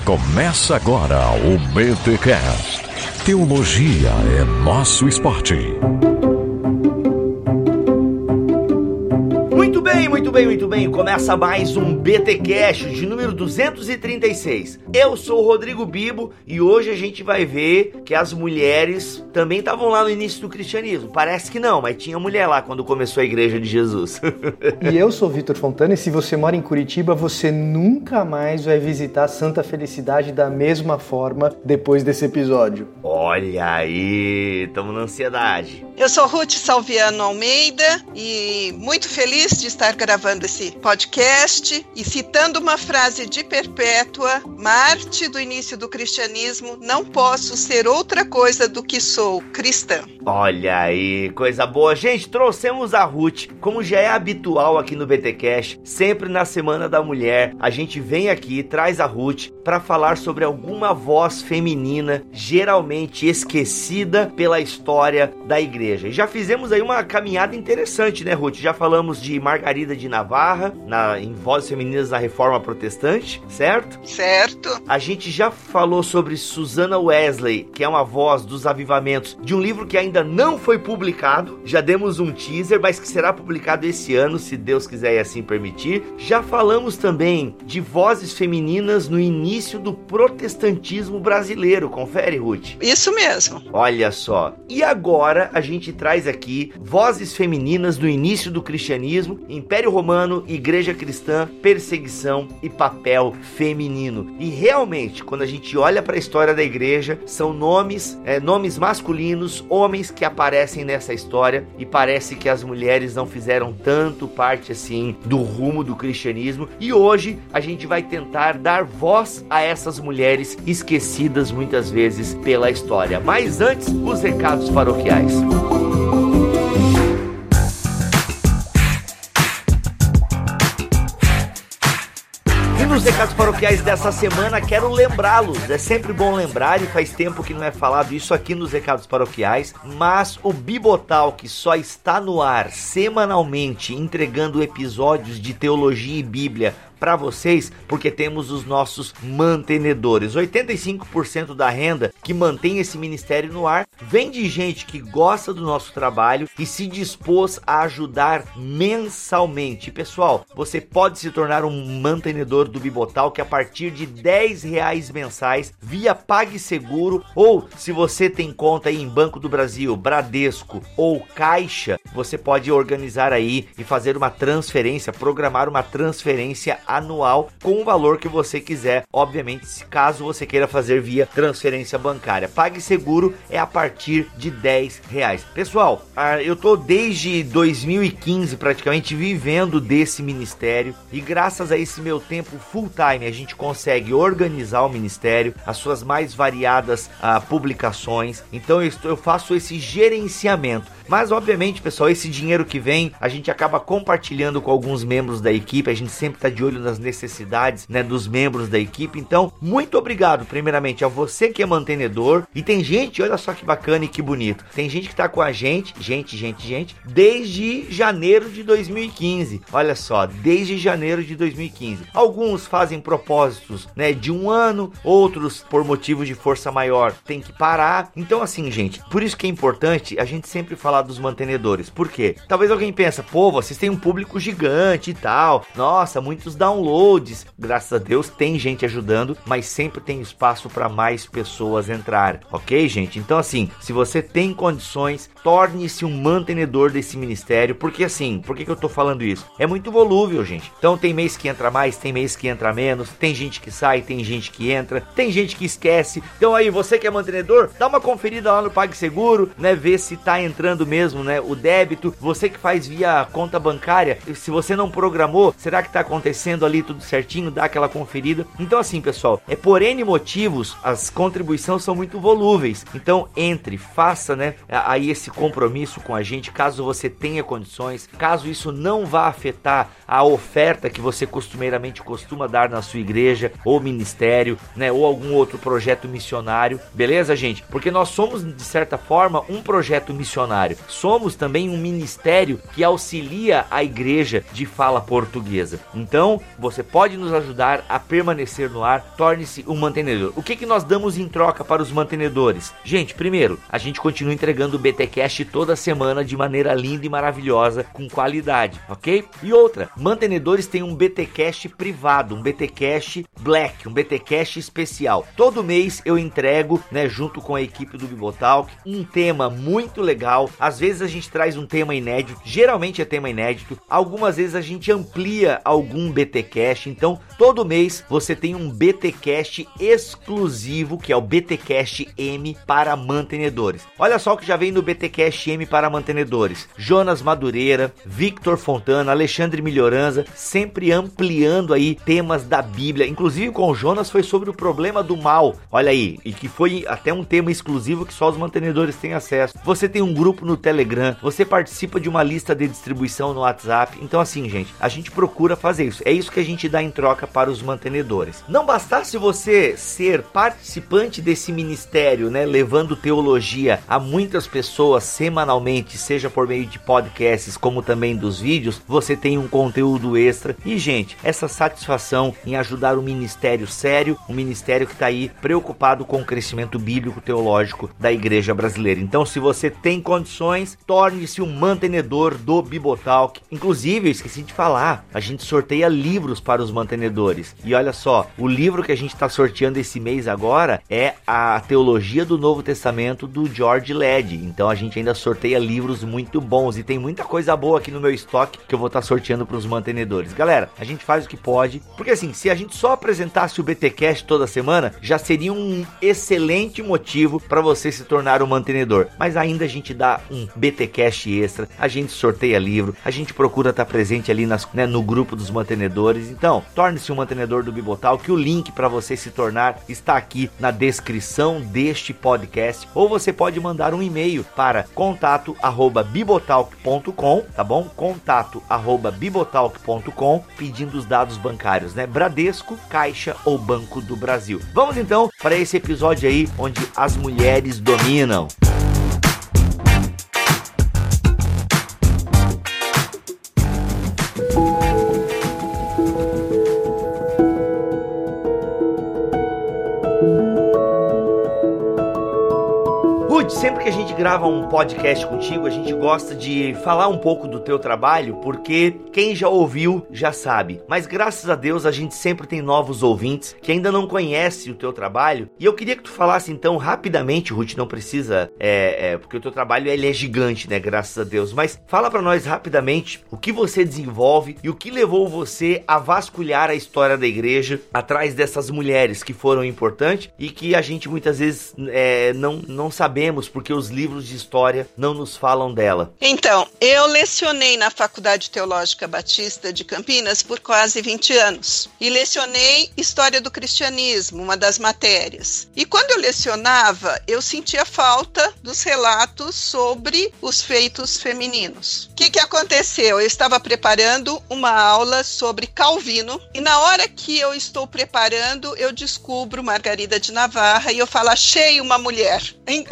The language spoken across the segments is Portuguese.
Começa agora o BTCast. Teologia é nosso esporte. Muito bem. Começa mais um BTcast de número 236. Eu sou o Rodrigo Bibo e hoje a gente vai ver que as mulheres também estavam lá no início do cristianismo. Parece que não, mas tinha mulher lá quando começou a Igreja de Jesus. E eu sou o Vitor Fontana e se você mora em Curitiba, você nunca mais vai visitar Santa Felicidade da mesma forma depois desse episódio. Olha aí, estamos na ansiedade. Eu sou Ruth Salviano Almeida e muito feliz de estar gravando esse podcast e citando uma frase de Perpétua, Marte do início do cristianismo, não posso ser outra coisa do que sou cristã. Olha aí, coisa boa. Gente, trouxemos a Ruth, como já é habitual aqui no BTcast, sempre na Semana da Mulher, a gente vem aqui, traz a Ruth para falar sobre alguma voz feminina, geralmente esquecida pela história da igreja. E já fizemos aí uma caminhada interessante, né, Ruth? Já falamos de Margarida de Navarra, em Vozes Femininas da Reforma Protestante, certo? Certo. A gente já falou sobre Susana Wesley, que é uma voz dos avivamentos, de um livro que ainda não foi publicado. Já demos um teaser, mas que será publicado esse ano, se Deus quiser e assim permitir. Já falamos também de vozes femininas no início do protestantismo brasileiro. Confere, Ruth? Isso mesmo. Olha só. E agora a gente traz aqui vozes femininas do início do cristianismo, Império Romano, Igreja Cristã, perseguição e papel feminino. E realmente, quando a gente olha para a história da igreja, são nomes masculinos, homens que aparecem nessa história, e parece que as mulheres não fizeram tanto parte assim do rumo do cristianismo. E hoje a gente vai tentar dar voz a essas mulheres esquecidas muitas vezes pela história. Mas antes, os recados paroquiais. Nos recados paroquiais dessa semana, quero lembrá-los, é sempre bom lembrar, e faz tempo que não é falado isso aqui nos recados paroquiais, mas o Bibotalk só está no ar semanalmente, entregando episódios de teologia e Bíblia para vocês, porque temos os nossos mantenedores. 85% da renda que mantém esse ministério no ar vem de gente que gosta do nosso trabalho e se dispôs a ajudar mensalmente. Pessoal, você pode se tornar um mantenedor do Bibotalk a partir de R$10 mensais via PagSeguro, ou se você tem conta aí em Banco do Brasil, Bradesco ou Caixa, você pode organizar aí e fazer uma transferência, programar uma transferência anual com o valor que você quiser, obviamente, caso você queira fazer via transferência bancária. PagSeguro é a partir de R$10. Pessoal, eu tô desde 2015 praticamente vivendo desse ministério, e graças a esse meu tempo full time a gente consegue organizar o ministério, as suas mais variadas publicações. Então eu faço esse gerenciamento. Mas obviamente, pessoal, esse dinheiro que vem, a gente acaba compartilhando com alguns membros da equipe. A gente sempre está de olho nas necessidades, né, dos membros da equipe. Então, muito obrigado, primeiramente, a você que é mantenedor. E tem gente, olha só que bacana e que bonito, tem gente que está com a gente, desde janeiro de 2015. Olha só, desde janeiro de 2015. Alguns fazem propósitos, né, de um ano, outros, por motivos de força maior, tem que parar. Então, assim, gente, por isso que é importante a gente sempre falar dos mantenedores. Por quê? Talvez alguém pense, pô, vocês têm um público gigante e tal, nossa, muitos downloads. Graças a Deus tem gente ajudando, mas sempre tem espaço para mais pessoas entrarem, ok, gente? Então, assim, se você tem condições, torne-se um mantenedor desse ministério, porque assim, por que eu tô falando isso? É muito volúvel, gente. Então tem mês que entra mais, tem mês que entra menos, tem gente que sai, tem gente que entra, tem gente que esquece. Então aí, você que é mantenedor, dá uma conferida lá no PagSeguro, né, ver se tá entrando mesmo, né, o débito. Você que faz via conta bancária, se você não programou, será que tá acontecendo ali tudo certinho? Dá aquela conferida. Então assim, pessoal, por N motivos, as contribuições são muito volúveis. Então entre, faça, né, aí esse compromisso com a gente, caso você tenha condições, caso isso não vá afetar a oferta que você costumeiramente costuma dar na sua igreja ou ministério, né, ou algum outro projeto missionário, beleza, gente? Porque nós somos, de certa forma, um projeto missionário. Somos também um ministério que auxilia a igreja de fala portuguesa. Então, você pode nos ajudar a permanecer no ar, torne-se um mantenedor. O que nós damos em troca para os mantenedores? Gente, primeiro, a gente continua entregando o BTcast toda semana de maneira linda e maravilhosa, com qualidade, ok? E outra, mantenedores têm um BTcast privado, um BTcast Black, um BTcast especial. Todo mês eu entrego, né, junto com a equipe do Bibotalk, um tema muito legal. Às vezes a gente traz um tema inédito, geralmente é tema inédito. Algumas vezes a gente amplia algum BTcast. Então, todo mês você tem um BTcast exclusivo, que é o BTcast M para mantenedores. Olha só o que já vem no BTcast M para mantenedores: Jonas Madureira, Victor Fontana, Alexandre Melhoranza, sempre ampliando aí temas da Bíblia. Inclusive com o Jonas foi sobre o problema do mal, olha aí, e que foi até um tema exclusivo que só os mantenedores têm acesso. Você tem um grupo no Telegram, você participa de uma lista de distribuição no WhatsApp. Então assim, gente, a gente procura fazer isso. É isso que a gente dá em troca para os mantenedores. Não bastasse você ser participante desse ministério, né, levando teologia a muitas pessoas semanalmente, seja por meio de podcasts como também dos vídeos, você tem um conteúdo extra. E gente, essa satisfação em ajudar um ministério sério, um ministério que está aí preocupado com o crescimento bíblico teológico da igreja brasileira. Então, se você tem condições, torne-se um mantenedor do Bibotalk. Inclusive, eu esqueci de falar, a gente sorteia livros para os mantenedores. E olha só, o livro que a gente está sorteando esse mês agora é a Teologia do Novo Testamento do George Led. Então a gente ainda sorteia livros muito bons e tem muita coisa boa aqui no meu estoque que eu vou estar sorteando para os mantenedores. Galera, a gente faz o que pode, porque assim, se a gente só apresentasse o BTcast toda semana, já seria um excelente motivo para você se tornar um mantenedor. Mas ainda a gente dá um BTcast extra, a gente sorteia livro, a gente procura estar presente ali no grupo dos mantenedores. Então, torne-se um mantenedor do Bibotalk, que o link para você se tornar está aqui na descrição deste podcast, ou você pode mandar um e-mail para contato@bibotalk.com, tá bom? contato@bibotalk.com, pedindo os dados bancários, né? Bradesco, Caixa ou Banco do Brasil. Vamos então para esse episódio aí onde as mulheres dominam. Sempre que a gente grava um podcast contigo, a gente gosta de falar um pouco do teu trabalho, porque quem já ouviu já sabe. Mas graças a Deus a gente sempre tem novos ouvintes que ainda não conhecem o teu trabalho. E eu queria que tu falasse então rapidamente, Ruth, não precisa, porque o teu trabalho ele é gigante, né? Graças a Deus. Mas fala pra nós rapidamente o que você desenvolve e o que levou você a vasculhar a história da igreja atrás dessas mulheres que foram importantes e que a gente muitas vezes não sabemos porque os livros de história não nos falam dela. Então, eu lecionei na Faculdade Teológica Batista de Campinas por quase 20 anos. E lecionei História do Cristianismo, uma das matérias. E quando eu lecionava, eu sentia falta dos relatos sobre os feitos femininos. O que aconteceu? Eu estava preparando uma aula sobre Calvino e na hora que eu estou preparando, eu descubro Margarida de Navarra e eu falo, achei uma mulher.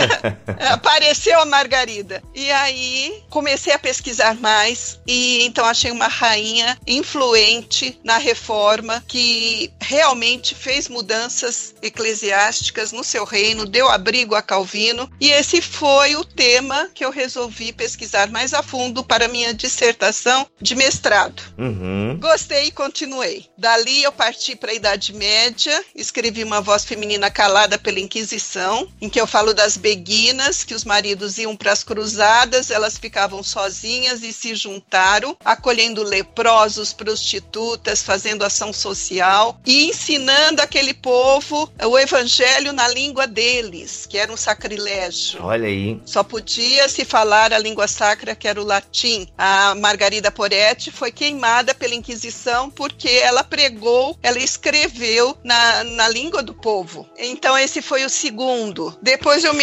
Apareceu a Margarida. E aí comecei a pesquisar mais e então achei uma rainha influente na Reforma que realmente fez mudanças eclesiásticas no seu reino, deu abrigo a Calvino e esse foi o tema que eu resolvi pesquisar mais a fundo para minha dissertação de mestrado. Gostei e continuei. Dali eu parti para a Idade Média, escrevi Uma Voz Feminina Calada pela Inquisição, em que eu falo das beguinas, que os maridos iam para as cruzadas, elas ficavam sozinhas e se juntaram, acolhendo leprosos, prostitutas, fazendo ação social e ensinando aquele povo o evangelho na língua deles, que era um sacrilégio. Olha aí. Só podia se falar a língua sacra, que era o latim. A Margarida Poretti foi queimada pela Inquisição porque ela pregou, ela escreveu na língua do povo. Então esse foi o segundo. Depois eu me atrevi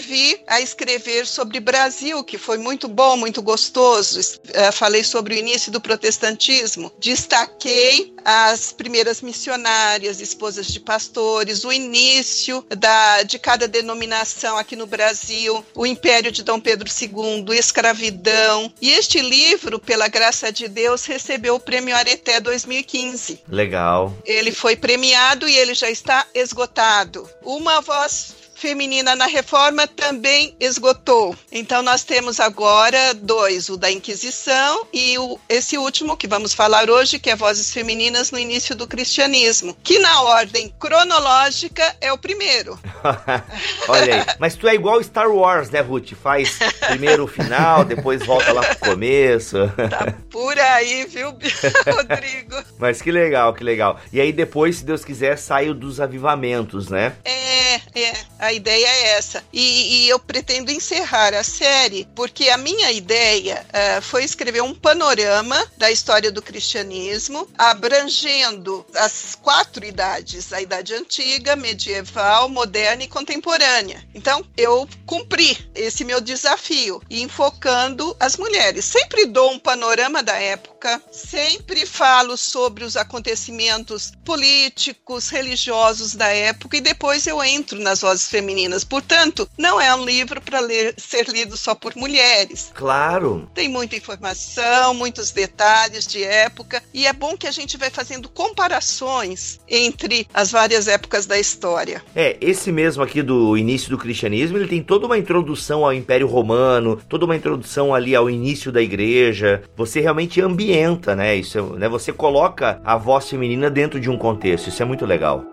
atrevi a escrever sobre Brasil, que foi muito bom, muito gostoso. Falei sobre o início do protestantismo, destaquei as primeiras missionárias, esposas de pastores, o início de cada denominação aqui no Brasil, o Império de Dom Pedro II, escravidão. E este livro, pela graça de Deus, recebeu o Prêmio Areté 2015. Legal. Ele foi premiado e ele já está esgotado. Uma voz feminina na Reforma também esgotou. Então nós temos agora 2, o da Inquisição e esse último que vamos falar hoje, que é Vozes Femininas no Início do Cristianismo, que na ordem cronológica é o primeiro. Olha aí, mas tu é igual Star Wars, né, Ruth? Faz primeiro o final, depois volta lá pro começo. Tá por aí, viu, Rodrigo? Mas que legal, que legal. E aí depois, se Deus quiser, sai o dos avivamentos, né? A ideia é essa. E eu pretendo encerrar a série, porque a minha ideia foi escrever um panorama da história do cristianismo, abrangendo as 4 idades, a idade antiga, medieval, moderna e contemporânea. Então, eu cumpri esse meu desafio, enfocando as mulheres. Sempre dou um panorama da época, sempre falo sobre os acontecimentos políticos, religiosos da época, e depois eu entro nas vozes femininas. Portanto, não é um livro para ser lido só por mulheres. Claro. Tem muita informação, muitos detalhes de época, e é bom que a gente vai fazendo comparações entre as várias épocas da história. Esse mesmo aqui do início do cristianismo, ele tem toda uma introdução ao Império Romano, toda uma introdução ali ao início da igreja. Você realmente ambienta, né? Isso, né? Você coloca a voz feminina dentro de um contexto. Isso é muito legal.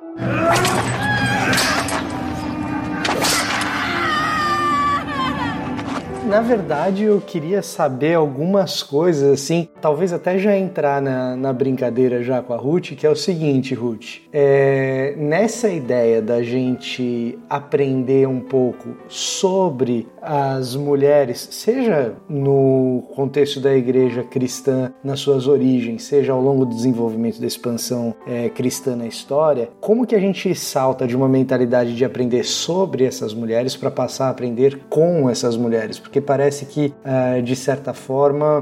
Na verdade, eu queria saber algumas coisas, assim, talvez até já entrar na brincadeira já com a Ruth, que é o seguinte, Ruth, nessa ideia da gente aprender um pouco sobre as mulheres, seja no contexto da igreja cristã, nas suas origens, seja ao longo do desenvolvimento da expansão cristã na história, como que a gente salta de uma mentalidade de aprender sobre essas mulheres para passar a aprender com essas mulheres? Porque parece que, de certa forma,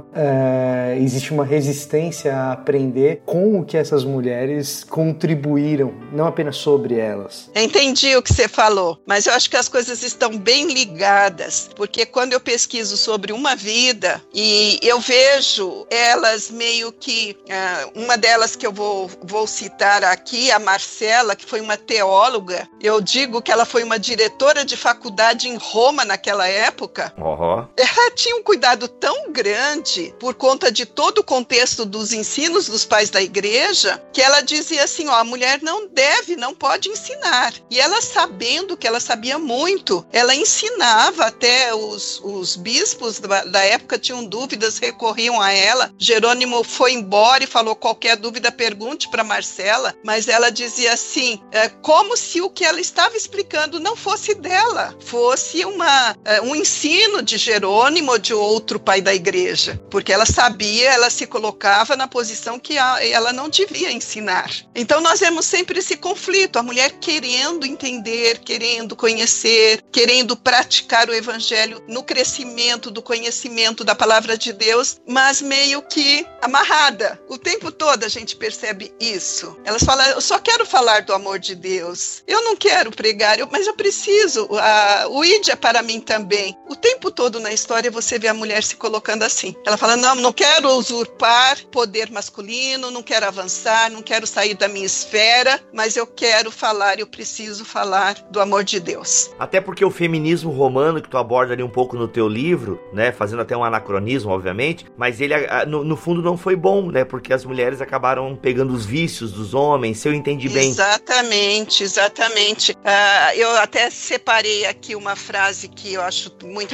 existe uma resistência a aprender com o que essas mulheres contribuíram, não apenas sobre elas. Entendi o que você falou, mas eu acho que as coisas estão bem ligadas, porque quando eu pesquiso sobre uma vida e eu vejo elas meio que, uma delas que eu vou citar aqui, a Marcela, que foi uma teóloga, eu digo que ela foi uma diretora de faculdade em Roma naquela época. Ela tinha um cuidado tão grande por conta de todo o contexto dos ensinos dos pais da igreja, que ela dizia assim, a mulher não pode ensinar. E ela, sabendo que ela sabia muito, ela ensinava, até os bispos da época tinham dúvidas, recorriam a ela. Jerônimo foi embora e falou, qualquer dúvida pergunte para Marcela, mas ela dizia assim, como se o que ela estava explicando não fosse dela, fosse um ensino de Jerônimo ou de outro pai da igreja, porque ela sabia, ela se colocava na posição que ela não devia ensinar. Então nós vemos sempre esse conflito, a mulher querendo entender, querendo conhecer, querendo praticar o evangelho no crescimento do conhecimento da palavra de Deus, mas meio que amarrada. O tempo todo a gente percebe isso. Elas falam, eu só quero falar do amor de Deus, eu não quero pregar, mas eu preciso, o ID é para mim também. O tempo todo na história você vê a mulher se colocando assim. Ela fala, não quero usurpar poder masculino, não quero avançar, não quero sair da minha esfera, mas eu quero falar, eu preciso falar do amor de Deus. Até porque o feminismo romano, que tu aborda ali um pouco no teu livro, né, fazendo até um anacronismo, obviamente, mas ele, no fundo, não foi bom, né, porque as mulheres acabaram pegando os vícios dos homens, se eu entendi bem. Exatamente. Eu até separei aqui uma frase que eu acho muito interessante,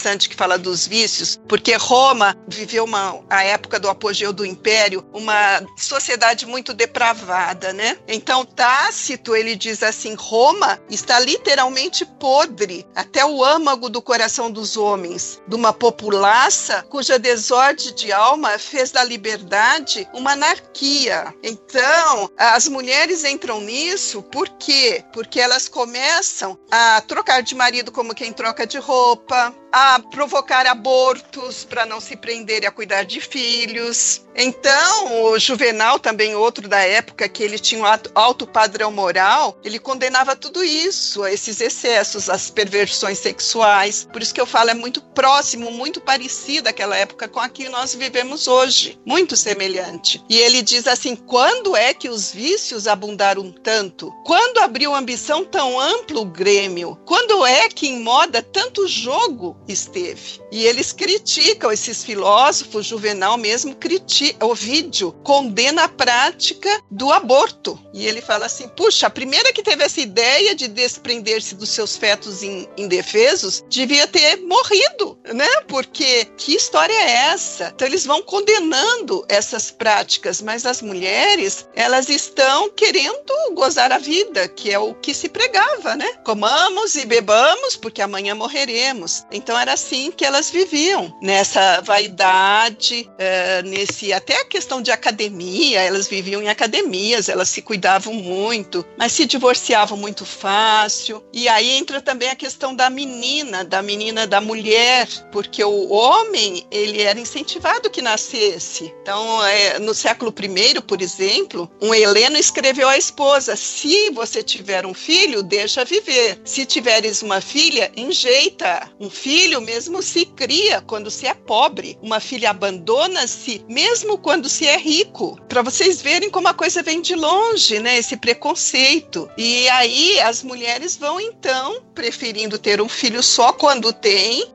interessante que fala dos vícios, porque Roma viveu a época do apogeu do Império, uma sociedade muito depravada, né? Então Tácito, ele diz assim, Roma está literalmente podre até o âmago do coração dos homens, de uma populaça cuja desordem de alma fez da liberdade uma anarquia. Então, as mulheres entram nisso, por quê? Porque elas começam a trocar de marido como quem troca de roupa, a provocar abortos para não se prenderem a cuidar de filhos. Então, o Juvenal, também outro da época, que ele tinha um alto padrão moral, ele condenava tudo isso, esses excessos, as perversões sexuais. Por isso que eu falo, é muito próximo, muito parecido aquela época com a que nós vivemos hoje, muito semelhante. E ele diz assim, quando é que os vícios abundaram tanto? Quando abriu ambição tão amplo o grêmio? Quando é que em moda tanto jogo esteve? E eles criticam, esses filósofos, Juvenal mesmo critica, Ovídio condena a prática do aborto. E ele fala assim, puxa, a primeira que teve essa ideia de desprender-se dos seus fetos indefesos devia ter morrido, né? Porque que história é essa? Então eles vão condenando essas práticas, mas as mulheres, elas estão querendo gozar a vida, que é o que se pregava, né? Comamos e bebamos, porque amanhã morreremos. Então era assim que elas viviam, nessa vaidade, até a questão de academia, elas viviam em academias, elas se cuidavam muito, mas se divorciavam muito fácil. E aí entra também a questão da menina, da mulher, porque o homem, ele era incentivado que nascesse. Então, no século I, por exemplo, um Heleno escreveu à esposa, se você tiver um filho, deixa viver. Se tiveres uma filha, enjeita. Um filho mesmo se cria quando se é pobre. Uma filha abandona-se mesmo quando se é rico. Para vocês verem como a coisa vem de longe, né? Esse preconceito. E aí as mulheres vão então preferindo ter um filho só quando tem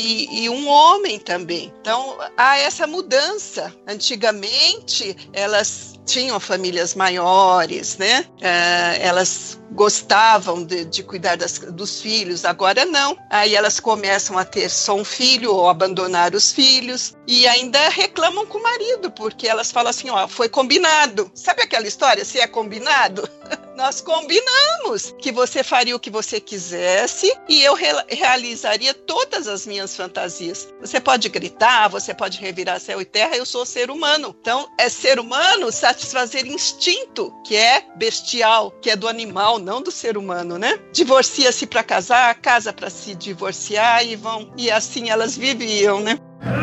e um homem também. Então há essa mudança. Antigamente elas tinham famílias maiores, né? Elas gostavam de cuidar dos filhos, agora não. Aí elas começam a ter só um filho ou abandonar os filhos e ainda reclamam com o marido, porque elas falam assim, ó, foi combinado. Sabe aquela história, se é combinado? Nós combinamos que você faria o que você quisesse e eu realizaria todas as minhas fantasias. Você pode gritar, você pode revirar céu e terra, eu sou ser humano. Então, é ser humano satisfazer instinto, que é bestial, que é do animal, não do ser humano, né? Divorcia-se para casar, casa para se divorciar e assim elas viviam, né?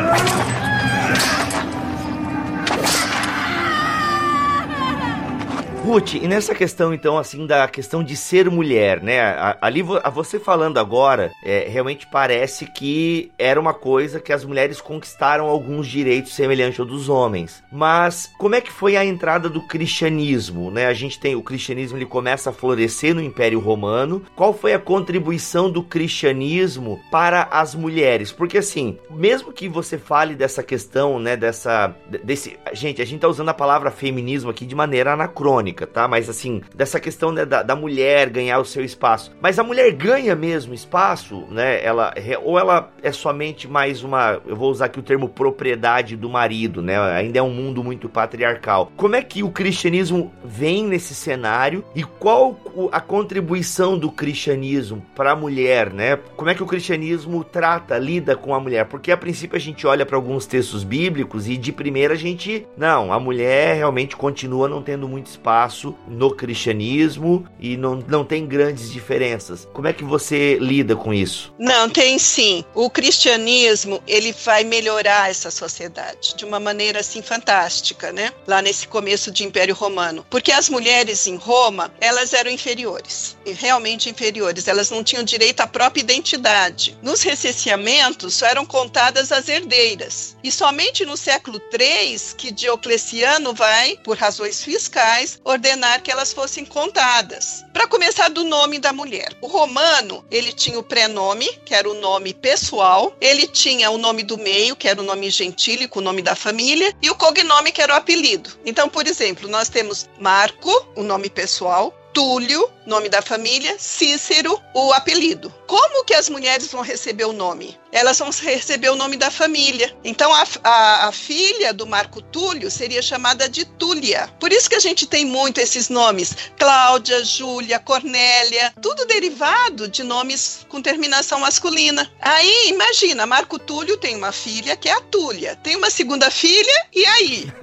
Ruth, e nessa questão, então, assim, da questão de ser mulher, né? Ali, você falando agora, realmente parece que era uma coisa que as mulheres conquistaram alguns direitos semelhantes aos dos homens. Mas como é que foi a entrada do cristianismo, né? A gente tem o cristianismo, ele começa a florescer no Império Romano. Qual foi a contribuição do cristianismo para as mulheres? Porque, assim, mesmo que você fale dessa questão, né, Gente, a gente tá usando a palavra feminismo aqui de maneira anacrônica, tá? Mas assim, dessa questão, né, da mulher ganhar o seu espaço. Mas a mulher ganha mesmo espaço, né? Ou ela é somente mais eu vou usar aqui o termo propriedade do marido, né? Ainda é um mundo muito patriarcal. Como é que o cristianismo vem nesse cenário e qual a contribuição do cristianismo para a mulher, né? Como é que o cristianismo lida com a mulher? Porque a princípio a gente olha para alguns textos bíblicos e de primeira a mulher realmente continua não tendo muito espaço no cristianismo e não tem grandes diferenças. Como é que você lida com isso? Não, tem sim. O cristianismo, ele vai melhorar essa sociedade de uma maneira assim fantástica, né? Lá nesse começo de Império Romano. Porque as mulheres em Roma, elas eram inferiores, realmente inferiores. Elas não tinham direito à própria identidade. Nos recenseamentos, só eram contadas as herdeiras. E somente no século III que Diocleciano vai, por razões fiscais, ordenar que elas fossem contadas. Para começar, do nome da mulher. O romano, ele tinha o prenome, que era o nome pessoal, ele tinha o nome do meio, que era o nome gentílico, o nome da família, e o cognome, que era o apelido. Então, por exemplo, nós temos Marco, o nome pessoal, Túlio, nome da família, Cícero, o apelido. Como que as mulheres vão receber o nome? elas vão receber o nome da família. Então, a filha do Marco Túlio seria chamada de Túlia. Por isso que a gente tem muito esses nomes. Cláudia, Júlia, Cornélia, tudo derivado de nomes com terminação masculina. Aí, imagina, Marco Túlio tem uma filha que é a Túlia. Tem uma segunda filha, e aí?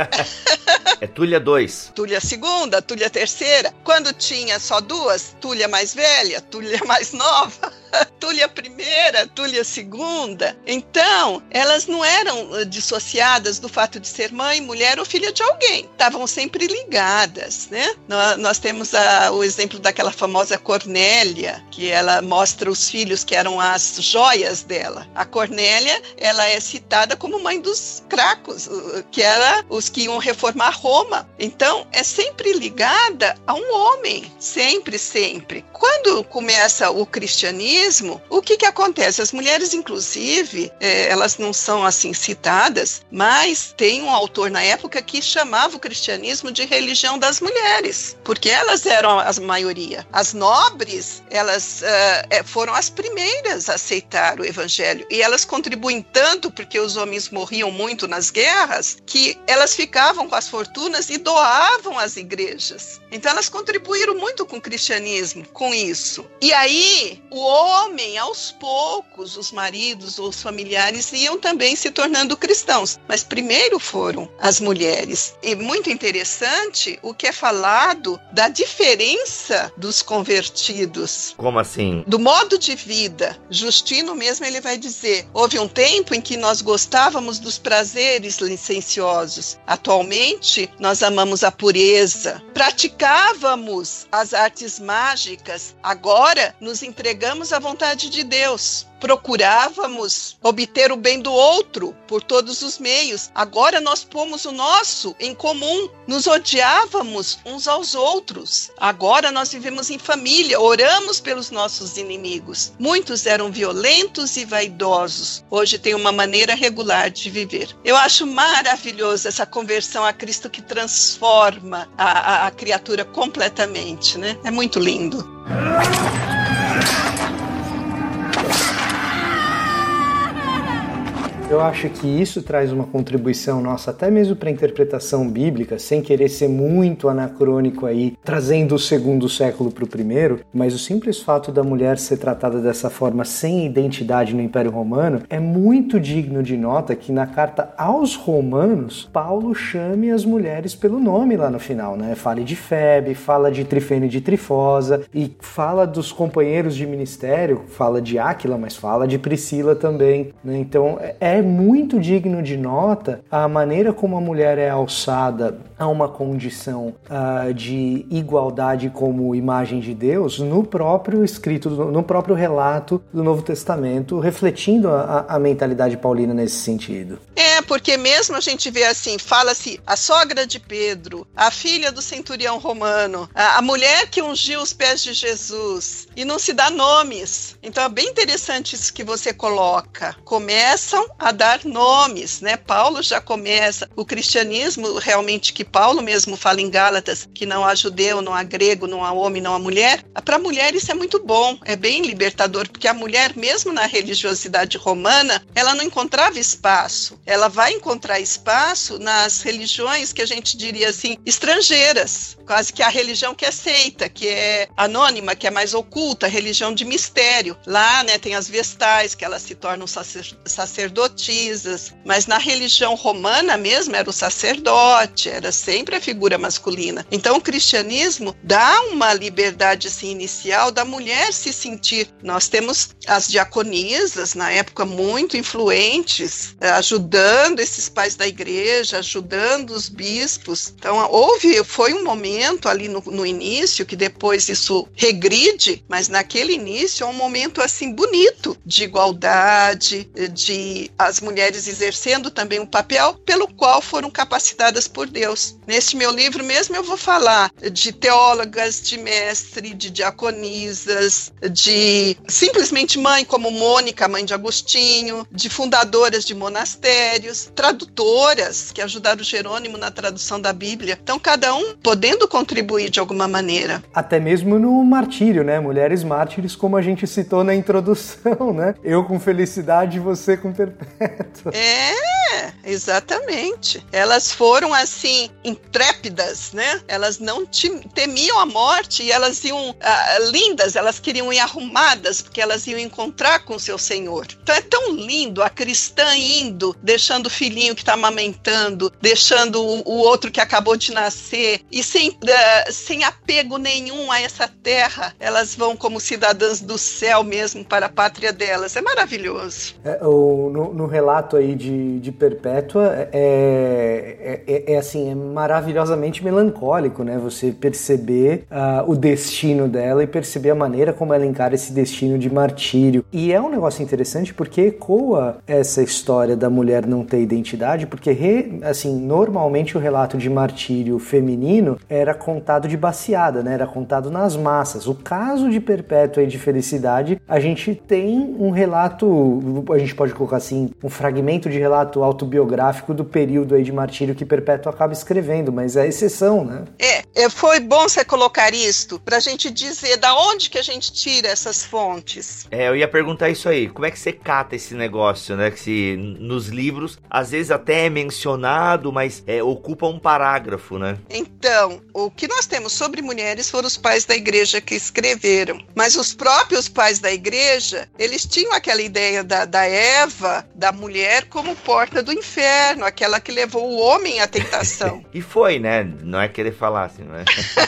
É Túlia 2. Túlia segunda, Túlia terceira. Quando tinha só duas, Túlia mais velha, Túlia mais nova, Túlia primeira, Túlia segunda. Então, elas não eram dissociadas do fato de ser mãe, mulher ou filha de alguém. Estavam sempre ligadas, né? Nós temos o exemplo daquela famosa Cornélia, que ela mostra os filhos que eram as joias dela. A Cornélia, ela é citada como mãe dos Cracos, que era os que iam reformar Roma. Então, é sempre ligada a um homem. Sempre, sempre. Quando começa o cristianismo, o que acontece? As mulheres, inclusive, elas não são assim citadas, mas tem um autor na época que chamava o cristianismo de religião das mulheres, porque elas eram a maioria. As nobres, elas foram as primeiras a aceitar o evangelho, e elas contribuem tanto, porque os homens morriam muito nas guerras, que elas ficavam com as fortunas e doavam às igrejas. Então elas contribuíram muito com o cristianismo, com isso. E aí, o homem, aos poucos, os maridos ou os familiares iam também se tornando cristãos. Mas primeiro foram as mulheres. E muito interessante o que é falado da diferença dos convertidos. Como assim? Do modo de vida. Justino mesmo, ele vai dizer, houve um tempo em que nós gostávamos dos prazeres licenciosos. Atualmente, nós amamos a pureza. Praticávamos as artes mágicas. Agora, nos entregamos à vontade de Deus. Procurávamos obter o bem do outro por todos os meios. Agora nós pomos o nosso em comum. Nos odiávamos uns aos outros. Agora nós vivemos em família, oramos pelos nossos inimigos. Muitos eram violentos e vaidosos. Hoje tem uma maneira regular de viver. Eu acho maravilhoso essa conversão a Cristo que transforma a criatura completamente, né? É muito lindo. Eu acho que isso traz uma contribuição nossa, até mesmo para a interpretação bíblica, sem querer ser muito anacrônico aí, trazendo o segundo século para o primeiro, mas o simples fato da mulher ser tratada dessa forma sem identidade no Império Romano é muito digno de nota que na carta aos Romanos, Paulo chame as mulheres pelo nome lá no final, né? Fala de Febe, fala de Trifena e de Trifosa, e fala dos companheiros de ministério, fala de Áquila, mas fala de Priscila também, né? Então é muito digno de nota a maneira como a mulher é alçada a uma condição de igualdade como imagem de Deus no próprio escrito, no próprio relato do Novo Testamento, refletindo a mentalidade paulina nesse sentido. Porque mesmo a gente vê assim, fala-se a sogra de Pedro, a filha do centurião romano, a mulher que ungiu os pés de Jesus, e não se dá nomes. Então é bem interessante isso que você coloca. Começam a dar nomes, né? Paulo já começa. O cristianismo, realmente, que Paulo mesmo fala em Gálatas, que não há judeu, não há grego, não há homem, não há mulher. Para a mulher isso é muito bom, é bem libertador, porque a mulher, mesmo na religiosidade romana, ela não encontrava espaço. Ela vai encontrar espaço nas religiões que a gente diria assim, estrangeiras, quase que a religião que é aceita, que é anônima, que é mais oculta, a religião de mistério. Lá, né, tem as vestais, que elas se tornam sacerdotisas, mas na religião romana mesmo era o sacerdote, era sempre a figura masculina. Então o cristianismo dá uma liberdade assim, inicial da mulher se sentir. Nós temos as diaconisas, na época muito influentes, ajudando esses pais da igreja, ajudando os bispos. Então foi um momento ali no início, que depois isso regride, mas naquele início é um momento assim bonito, de igualdade, de as mulheres exercendo também um papel pelo qual foram capacitadas por Deus. Neste meu livro mesmo eu vou falar de teólogas, de mestre, de diaconisas, de simplesmente mãe como Mônica, mãe de Agostinho, de fundadoras de monastérios, as tradutoras que ajudaram o Jerônimo na tradução da Bíblia. Então, cada um podendo contribuir de alguma maneira. Até mesmo no martírio, né? Mulheres mártires, como a gente citou na introdução, né? Eu com Felicidade e você com Perpétua. Exatamente. Elas foram, assim, intrépidas, né? Elas não temiam a morte e elas iam lindas, elas queriam ir arrumadas, porque elas iam encontrar com o seu Senhor. Então é tão lindo a cristã indo, deixando o filhinho que está amamentando, deixando o outro que acabou de nascer, e sem apego nenhum a essa terra, elas vão como cidadãs do céu mesmo para a pátria delas. É maravilhoso. No relato aí de Perpétua, assim, é maravilhosamente melancólico, né? Você perceber o destino dela e perceber a maneira como ela encara esse destino de martírio. E é um negócio interessante porque ecoa essa história da mulher não ter identidade, porque assim, normalmente o relato de martírio feminino era contado de baseada, né? Era contado nas massas. O caso de Perpétua e de Felicidade, a gente tem um relato, a gente pode colocar assim, um fragmento de relato autobiográfico do período aí de martírio que Perpétua acaba escrevendo, mas é exceção, né? Foi bom você colocar isto, pra gente dizer da onde que a gente tira essas fontes. Eu ia perguntar isso aí, como é que você cata esse negócio, né, que nos livros, às vezes até é mencionado, mas ocupa um parágrafo, né? Então, o que nós temos sobre mulheres foram os pais da igreja que escreveram, mas os próprios pais da igreja, eles tinham aquela ideia da Eva, da mulher como porta do inferno, aquela que levou o homem à tentação. E foi, né? Não é querer falar assim, né?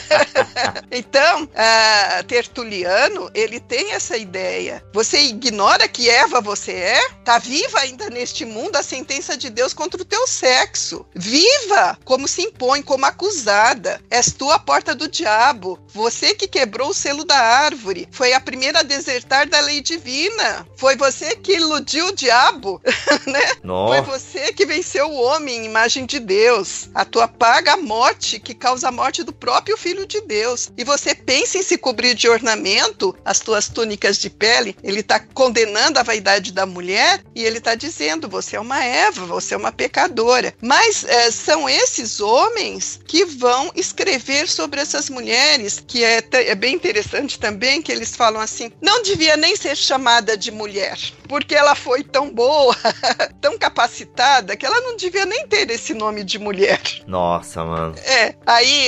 Então, Tertuliano, ele tem essa ideia. Você ignora que Eva você é? Tá viva ainda neste mundo a sentença de Deus contra o teu sexo. Viva como se impõe, como acusada. És tu a porta do diabo. Você que quebrou o selo da árvore. Foi a primeira a desertar da lei divina. Foi você que iludiu o diabo, né? Nossa. Foi você que venceu o homem em imagem de Deus. A tua paga a morte que causa a morte do próprio Filho de Deus. E você pensa em se cobrir de ornamento, as tuas túnicas de pele. Ele está condenando a vaidade da mulher e ele está dizendo, você é uma Eva, você é uma pecadora. Mas são esses homens que vão escrever sobre essas mulheres, que é bem interessante também, que eles falam assim, não devia nem ser chamada de mulher, porque ela foi tão boa, tão capacitada, que ela não devia nem ter esse nome de mulher. Nossa, mano. Aí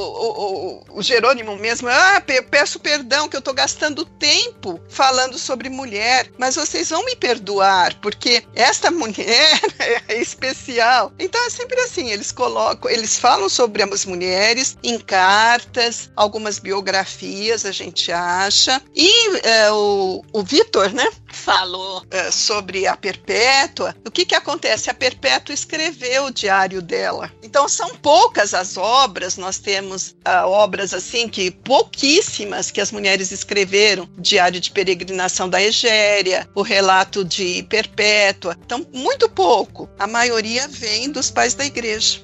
o Jerônimo mesmo, peço perdão que eu tô gastando tempo falando sobre mulher, mas vocês vão me perdoar, porque esta mulher é especial. Então é sempre assim, eles falam sobre as mulheres em cartas, algumas biografias a gente acha, e o Vitor, né, falou sobre a Perpétua. O que acontece? A Perpétua escreveu o diário dela. Então são poucas as obras, nós temos obras assim que pouquíssimas que as mulheres escreveram, Diário de Peregrinação da Egéria, o relato de Perpétua. Então muito pouco. A maioria vem dos pais da igreja.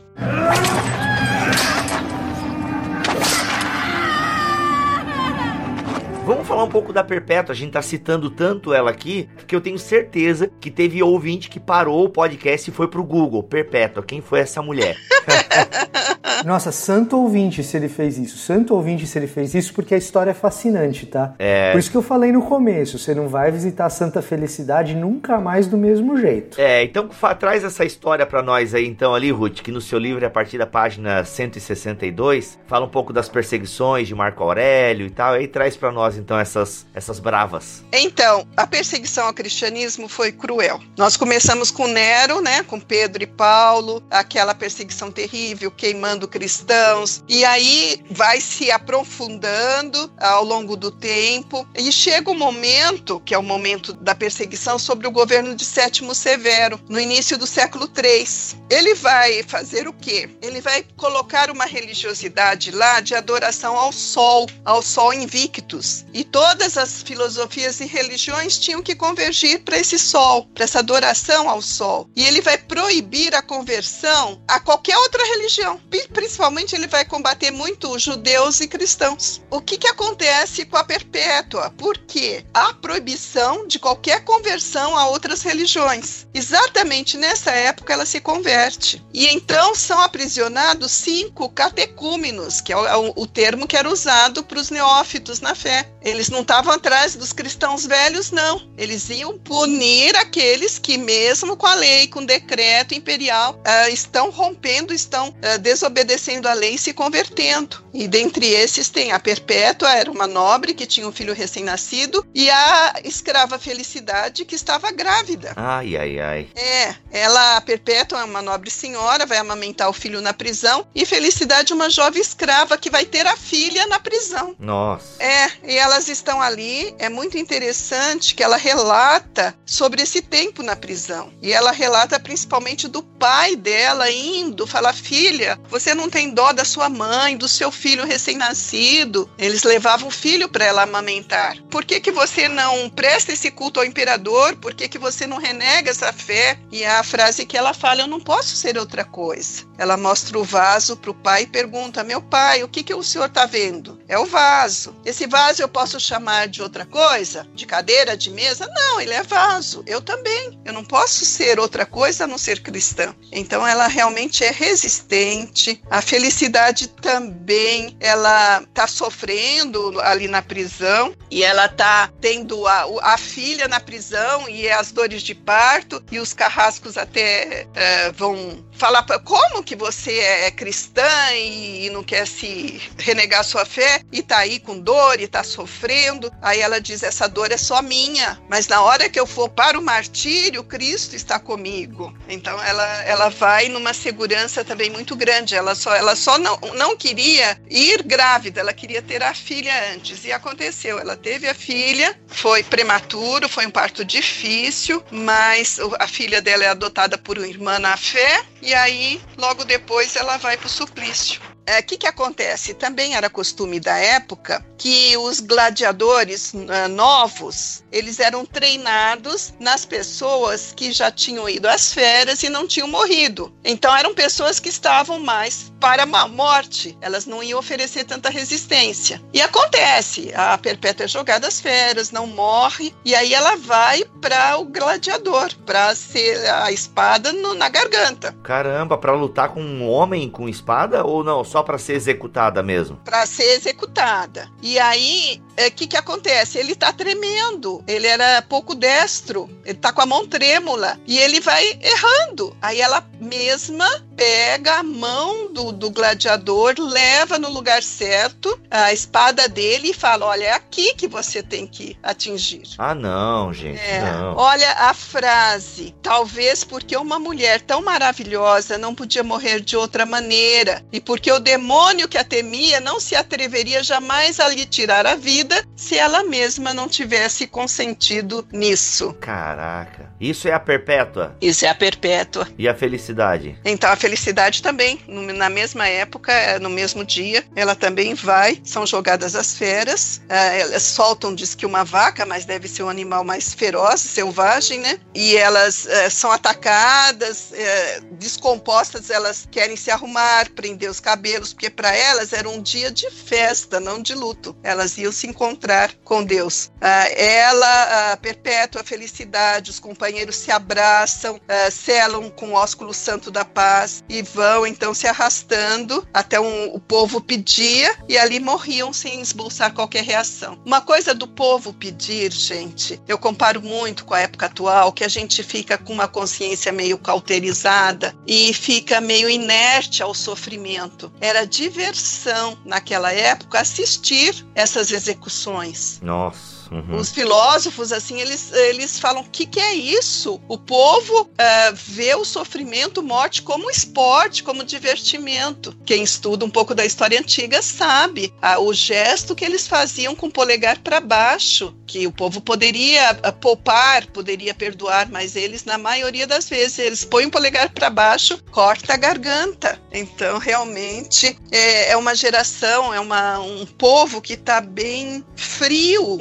Vamos falar um pouco da Perpétua, a gente tá citando tanto ela aqui, que eu tenho certeza que teve ouvinte que parou o podcast e foi pro Google, Perpétua, quem foi essa mulher? Nossa, santo ouvinte se ele fez isso. Santo ouvinte se ele fez isso, porque a história é fascinante, tá? Por isso que eu falei no começo, você não vai visitar a Santa Felicidade nunca mais do mesmo jeito. Então traz essa história pra nós aí, então, ali, Ruth, que no seu livro, a partir da página 162, fala um pouco das perseguições de Marco Aurélio e tal, aí traz pra nós, então, essas bravas. Então, a perseguição ao cristianismo foi cruel. Nós começamos com Nero, né, com Pedro e Paulo, aquela perseguição terrível, queimando cristãos, e aí vai se aprofundando ao longo do tempo, e chega o momento, que é o momento da perseguição sobre o governo de Sétimo Severo, no início do século III. Ele vai fazer o quê? Ele vai colocar uma religiosidade lá de adoração ao Sol Invictus, e todas as filosofias e religiões tinham que convergir para esse Sol, para essa adoração ao Sol, e ele vai proibir a conversão a qualquer outra religião. Principalmente ele vai combater muito os judeus e cristãos. O que acontece com a Perpétua? perpétua. Por quê? Há proibição de qualquer conversão a outras religiões. Exatamente nessa época ela se converte. E então são aprisionados 5 catecúmenos, que é o termo que era usado para os neófitos na fé. Eles não estavam atrás dos cristãos velhos, não. Eles iam punir aqueles que, mesmo com a lei, com o decreto imperial, estão rompendo, estão desobedecendo a lei e se convertendo. E dentre esses tem a Perpétua, era uma nobre que tinha um filho recém-nascido, e a escrava Felicidade, que estava grávida. Ai, ai, ai. A Perpétua é uma nobre senhora, vai amamentar o filho na prisão, e Felicidade uma jovem escrava que vai ter a filha na prisão. Nossa. E elas estão ali, é muito interessante que ela relata sobre esse tempo na prisão. E ela relata principalmente do pai dela indo, fala: filha, você não tem dó da sua mãe, do seu filho recém-nascido? Eles levavam o filho para ela amamentar. Por que você não presta esse culto ao imperador? Por que você não renega essa fé? E a frase que ela fala: eu não posso ser outra coisa. Ela mostra o vaso para o pai e pergunta: meu pai, o que o senhor está vendo? É o vaso. Esse vaso eu posso chamar de outra coisa? De cadeira, de mesa? Não, ele é vaso. Eu também. Eu não posso ser outra coisa a não ser cristã. Então ela realmente é resistente. A Felicidade também, ela está sofrendo ali na prisão, e ela está tendo a filha na prisão, e as dores de parto, e os carrascos até vão falar: como que você é cristã e não quer se renegar sua fé, e tá aí com dor e tá sofrendo? Aí ela diz: essa dor é só minha, mas na hora que eu for para o martírio, Cristo está comigo. Então ela vai numa segurança também muito grande. Ela só não queria ir grávida, ela queria ter a filha antes, e aconteceu, ela teve a filha, foi prematuro, foi um parto difícil, mas a filha dela é adotada por uma irmã na fé, e aí logo depois ela vai para o suplício. O que acontece? Também era costume da época que os gladiadores novos, eles eram treinados nas pessoas que já tinham ido às feras e não tinham morrido. Então eram pessoas que estavam mais para a morte, elas não iam oferecer tanta resistência. E acontece, a Perpétua é jogada às feras, não morre, e aí ela vai para o gladiador, para ser a espada na garganta. Caramba, para lutar com um homem com espada ou não? Só para ser executada mesmo? Para ser executada. E aí, o que acontece? Ele tá tremendo, ele era pouco destro, ele tá com a mão trêmula, e ele vai errando. Aí ela mesma pega a mão do gladiador, leva no lugar certo a espada dele e fala: olha, é aqui que você tem que atingir. Ah, não, gente, não. Olha a frase: talvez porque uma mulher tão maravilhosa não podia morrer de outra maneira, e porque o demônio que a temia não se atreveria jamais a lhe tirar a vida se ela mesma não tivesse consentido nisso. Caraca, isso é a Perpétua? Isso é a Perpétua. E a Felicidade? Então a Felicidade também, na mesma época, no mesmo dia, ela também vai, são jogadas às feras, elas soltam, diz que uma vaca, mas deve ser um animal mais feroz, selvagem, né? E elas são atacadas, descompostas, elas querem se arrumar, prender os cabelos, porque para elas era um dia de festa, não de luto. Elas iam se encontrar com Deus. A Perpétua, a Felicidade, os companheiros se abraçam, selam com o ósculo santo da paz e vão então se arrastando até o povo pedia, e ali morriam sem esboçar qualquer reação. Uma coisa do povo pedir, gente, eu comparo muito com a época atual, que a gente fica com uma consciência meio cauterizada e fica meio inerte ao sofrimento. Era diversão naquela época assistir essas execuções. Nossa. Uhum. Os filósofos, assim, eles falam: o que é isso? O povo vê o sofrimento, morte, como esporte, como divertimento. Quem estuda um pouco da história antiga sabe o gesto que eles faziam com o polegar para baixo, que o povo poderia poupar, poderia perdoar, mas eles, na maioria das vezes, eles põem o polegar para baixo, corta a garganta. Então, realmente, é uma geração, um povo que está bem frio, bem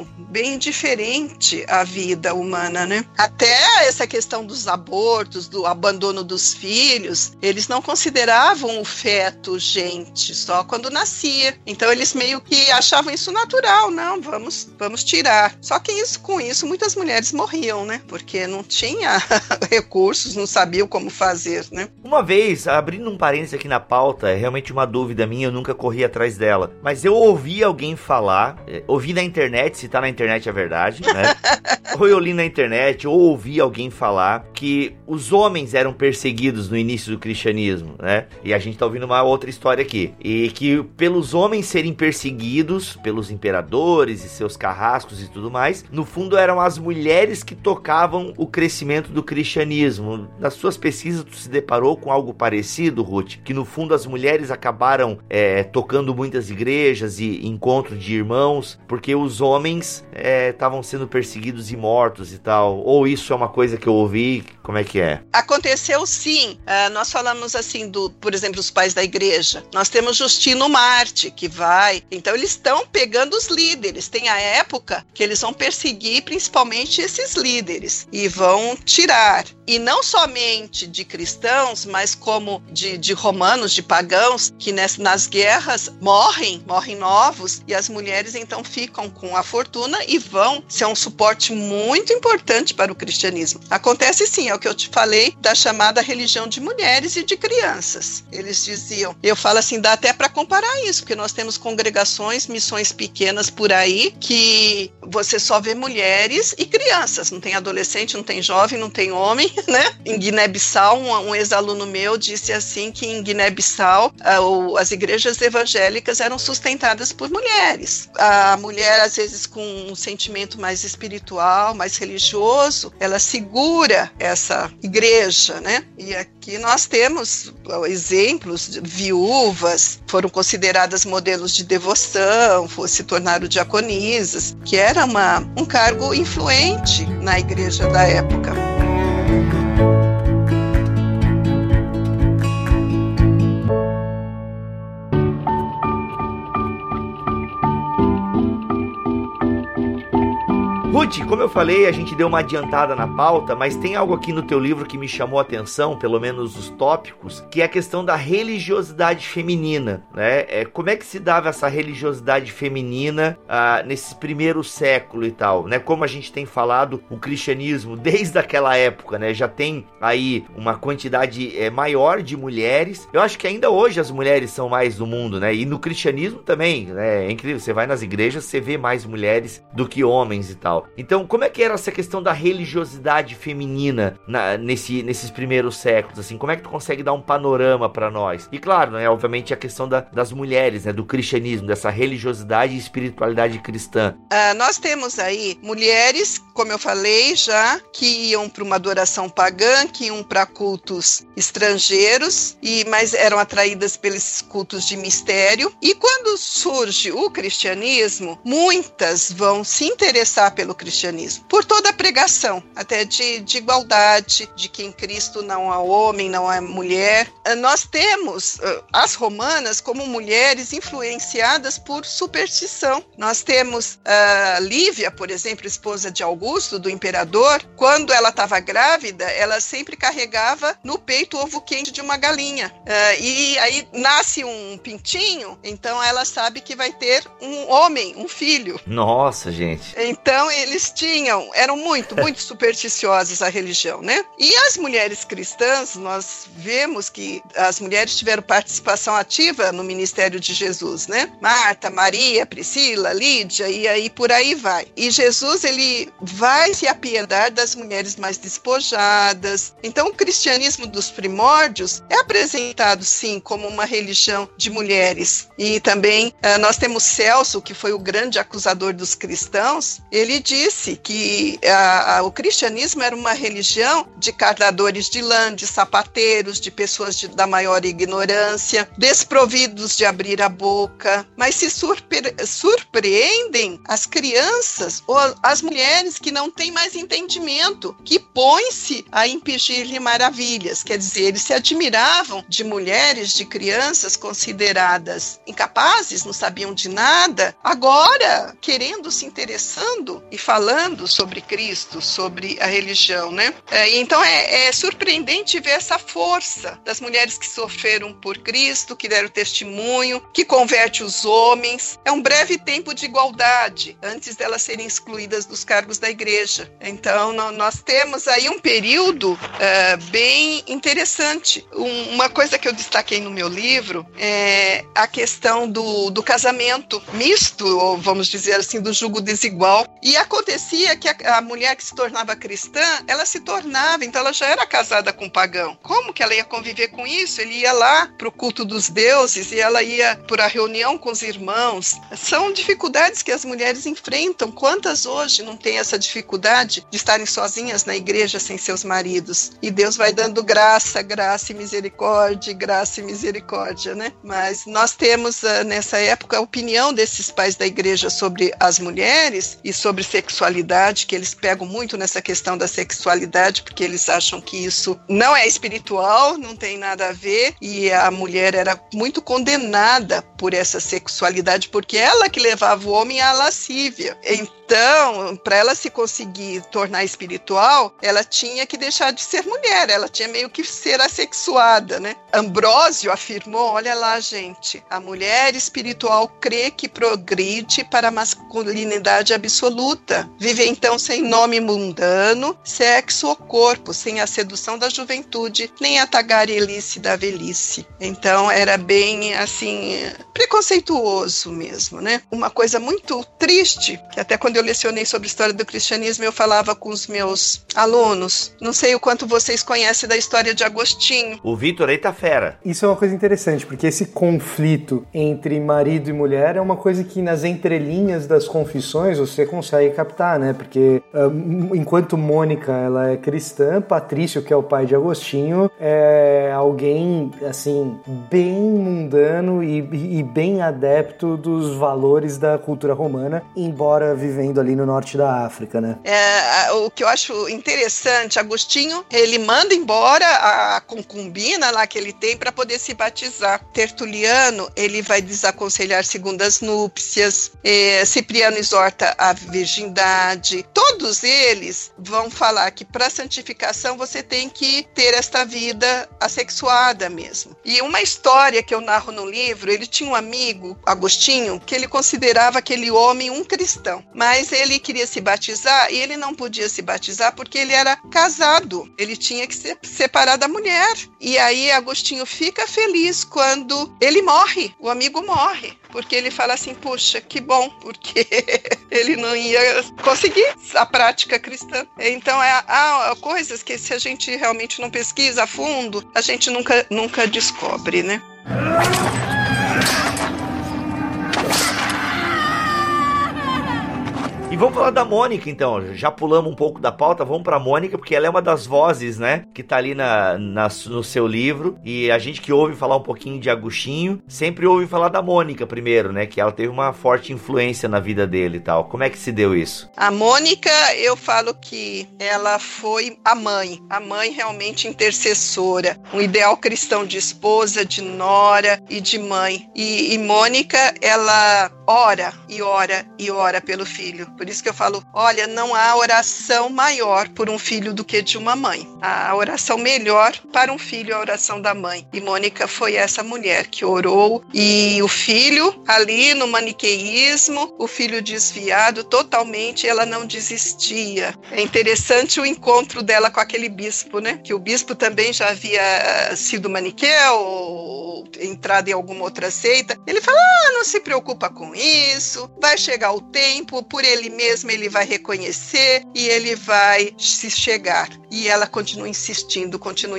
bem diferente à vida humana, né? Até essa questão dos abortos, do abandono dos filhos, eles não consideravam o feto gente, só quando nascia. Então eles meio que achavam isso natural, não, vamos tirar. Só que com isso muitas mulheres morriam, né? Porque não tinha recursos, não sabiam como fazer, né? Uma vez, abrindo um parênteses aqui na pauta, é realmente uma dúvida minha, eu nunca corri atrás dela, mas eu ouvi alguém falar, ouvi na internet, se tá na internet é verdade, né? Ou eu li na internet, ou ouvi alguém falar que os homens eram perseguidos no início do cristianismo, né? E a gente tá ouvindo uma outra história aqui. E que pelos homens serem perseguidos pelos imperadores e seus carrascos e tudo mais, no fundo eram as mulheres que tocavam o crescimento do cristianismo. Nas suas pesquisas, tu se deparou com algo parecido, Ruth? Que no fundo as mulheres acabaram tocando muitas igrejas e encontros de irmãos, porque os homens estavam sendo perseguidos e mortos e tal. Ou isso é uma coisa que eu ouvi? Como é que é? Aconteceu sim. Nós falamos assim por exemplo, os pais da igreja. Nós temos Justino Marte, que vai. Então eles estão pegando os líderes. Tem a época que eles vão perseguir principalmente esses líderes e vão tirar. E não somente de cristãos, mas como de romanos, de pagãos, que nas guerras morrem novos, e as mulheres então ficam com a fortuna e vão ser um suporte muito importante para o cristianismo. Acontece sim, é o que eu te falei, da chamada religião de mulheres e de crianças. Eles diziam, eu falo assim, dá até para comparar isso, porque nós temos congregações, missões pequenas por aí, que você só vê mulheres e crianças, não tem adolescente, não tem jovem, não tem homem, né? Em Guiné-Bissau, um ex-aluno meu disse assim que em Guiné-Bissau as igrejas evangélicas eram sustentadas por mulheres. A mulher, às vezes, com um sentimento mais espiritual, mais religioso, ela segura essa igreja, né? E aqui nós temos exemplos de viúvas, foram consideradas modelos de devoção, se tornaram diaconisas, que era um cargo influente na igreja da época. Ruth, como eu falei, a gente deu uma adiantada na pauta, mas tem algo aqui no teu livro que me chamou a atenção, pelo menos os tópicos, que é a questão da religiosidade feminina, né? Como é que se dava essa religiosidade feminina nesse primeiro século e tal, né? Como a gente tem falado, o cristianismo, desde aquela época, né? Já tem aí uma quantidade maior de mulheres. Eu acho que ainda hoje as mulheres são mais do mundo, né? E no cristianismo também, né? É incrível, você vai nas igrejas, você vê mais mulheres do que homens e tal. Então, como é que era essa questão da religiosidade feminina nesses primeiros séculos, assim? Como é que tu consegue dar um panorama para nós? E claro, né, obviamente a questão das mulheres, né, do cristianismo, dessa religiosidade e espiritualidade cristã. Nós temos aí mulheres, como eu falei já, que iam para uma adoração pagã, que iam para cultos estrangeiros, mas eram atraídas pelos cultos de mistério. E quando surge o cristianismo, muitas vão se interessar pelo cristianismo, por toda a pregação, até de igualdade, de que em Cristo não há homem, não há mulher. Nós temos as romanas como mulheres influenciadas por superstição. Nós temos Lívia, por exemplo, esposa de Augusto, do imperador, quando ela estava grávida, ela sempre carregava no peito o ovo quente de uma galinha. E aí nasce um pintinho, então ela sabe que vai ter um homem, um filho. Nossa, gente. Então eles eram muito, muito supersticiosas a religião, né? E as mulheres cristãs, nós vemos que as mulheres tiveram participação ativa no ministério de Jesus, né? Marta, Maria, Priscila, Lídia, e aí por aí vai. E Jesus, ele vai se apiedar das mulheres mais despojadas. Então o cristianismo dos primórdios é apresentado, sim, como uma religião de mulheres. E também nós temos Celso, que foi o grande acusador dos cristãos. Ele disse que o cristianismo era uma religião de catadores de lã, de sapateiros, de pessoas da maior ignorância, desprovidos de abrir a boca, mas se surpreendem as crianças ou as mulheres que não têm mais entendimento, que põem-se a impingir-lhe maravilhas. Quer dizer, eles se admiravam de mulheres, de crianças consideradas incapazes, não sabiam de nada, agora querendo, se interessando e falando sobre Cristo, sobre a religião, né? Então é surpreendente ver essa força das mulheres que sofreram por Cristo, que deram testemunho, que converte os homens. É um breve tempo de igualdade, antes delas serem excluídas dos cargos da igreja. Então nós temos aí um período bem interessante. Uma coisa que eu destaquei no meu livro é a questão do casamento misto, ou vamos dizer assim, do jugo desigual. E acontecia que a mulher que se tornava cristã, ela se tornava, então ela já era casada com um pagão. Como que ela ia conviver com isso? Ele ia lá para o culto dos deuses e ela ia para a reunião com os irmãos. São dificuldades que as mulheres enfrentam. Quantas hoje não têm essa dificuldade de estarem sozinhas na igreja sem seus maridos? E Deus vai dando graça e misericórdia, né? Mas nós temos nessa época a opinião desses pais da igreja sobre as mulheres e sobre sexualidade, que eles pegam muito nessa questão da sexualidade, porque eles acham que isso não é espiritual, não tem nada a ver, e a mulher era muito condenada por essa sexualidade, porque ela que levava o homem à lascívia. Então, para ela se conseguir tornar espiritual, ela tinha que deixar de ser mulher, ela tinha meio que ser assexuada, né? Ambrósio afirmou, olha lá, gente, a mulher espiritual crê que progride para a masculinidade absoluta. Vive então sem nome mundano, sexo ou corpo, sem a sedução da juventude, nem a tagarelice da velhice. Então, era bem, assim, preconceituoso mesmo, né? Uma coisa muito triste, que até quando eu lecionei sobre a história do cristianismo, eu falava com os meus alunos, não sei o quanto vocês conhecem da história de Agostinho. O Vitor aí tá fera. Isso é uma coisa interessante, porque esse conflito entre marido e mulher é uma coisa que nas entrelinhas das confissões você consegue captar, né? Porque enquanto Mônica, ela é cristã, Patrício, que é o pai de Agostinho, é alguém, assim, bem mundano e bem adepto dos valores da cultura romana, embora vivendo ali no norte da África, né? O que eu acho interessante, Agostinho, ele manda embora a concubina lá que ele tem para poder se batizar. Tertuliano, ele vai desaconselhar segundas núpcias, Cipriano exorta a virgindade. Todos eles vão falar que para santificação você tem que ter esta vida assexuada mesmo. E uma história que eu narro no livro, ele tinha um amigo, Agostinho, que ele considerava aquele homem um cristão, mas ele queria se batizar e ele não podia se batizar porque ele era casado, ele tinha que se separar da mulher. E aí Agostinho fica feliz quando ele morre, o amigo morre, porque ele fala assim, puxa, que bom, porque ele não ia conseguir a prática cristã. Então há coisas que se a gente realmente não pesquisa a fundo, a gente nunca descobre, né? E vamos falar da Mônica, então. Já pulamos um pouco da pauta, vamos pra Mônica, porque ela é uma das vozes, né, que tá ali no seu livro. E a gente que ouve falar um pouquinho de Agostinho, sempre ouve falar da Mônica primeiro, né, que ela teve uma forte influência na vida dele e tal. Como é que se deu isso? A Mônica, eu falo que ela foi a mãe realmente intercessora, um ideal cristão de esposa, de nora e de mãe. E Mônica, ela ora e ora e ora pelo filho. Por isso que eu falo, olha, não há oração maior por um filho do que de uma mãe. A oração melhor para um filho é a oração da mãe. E Mônica foi essa mulher que orou, e o filho ali no maniqueísmo, o filho desviado totalmente, ela não desistia. É interessante o encontro dela com aquele bispo, né? Que o bispo também já havia sido maniqueu, ou entrado em alguma outra seita. Ele fala, não se preocupa com com isso, vai chegar o tempo, por ele mesmo ele vai reconhecer e ele vai se chegar. E ela continua insistindo,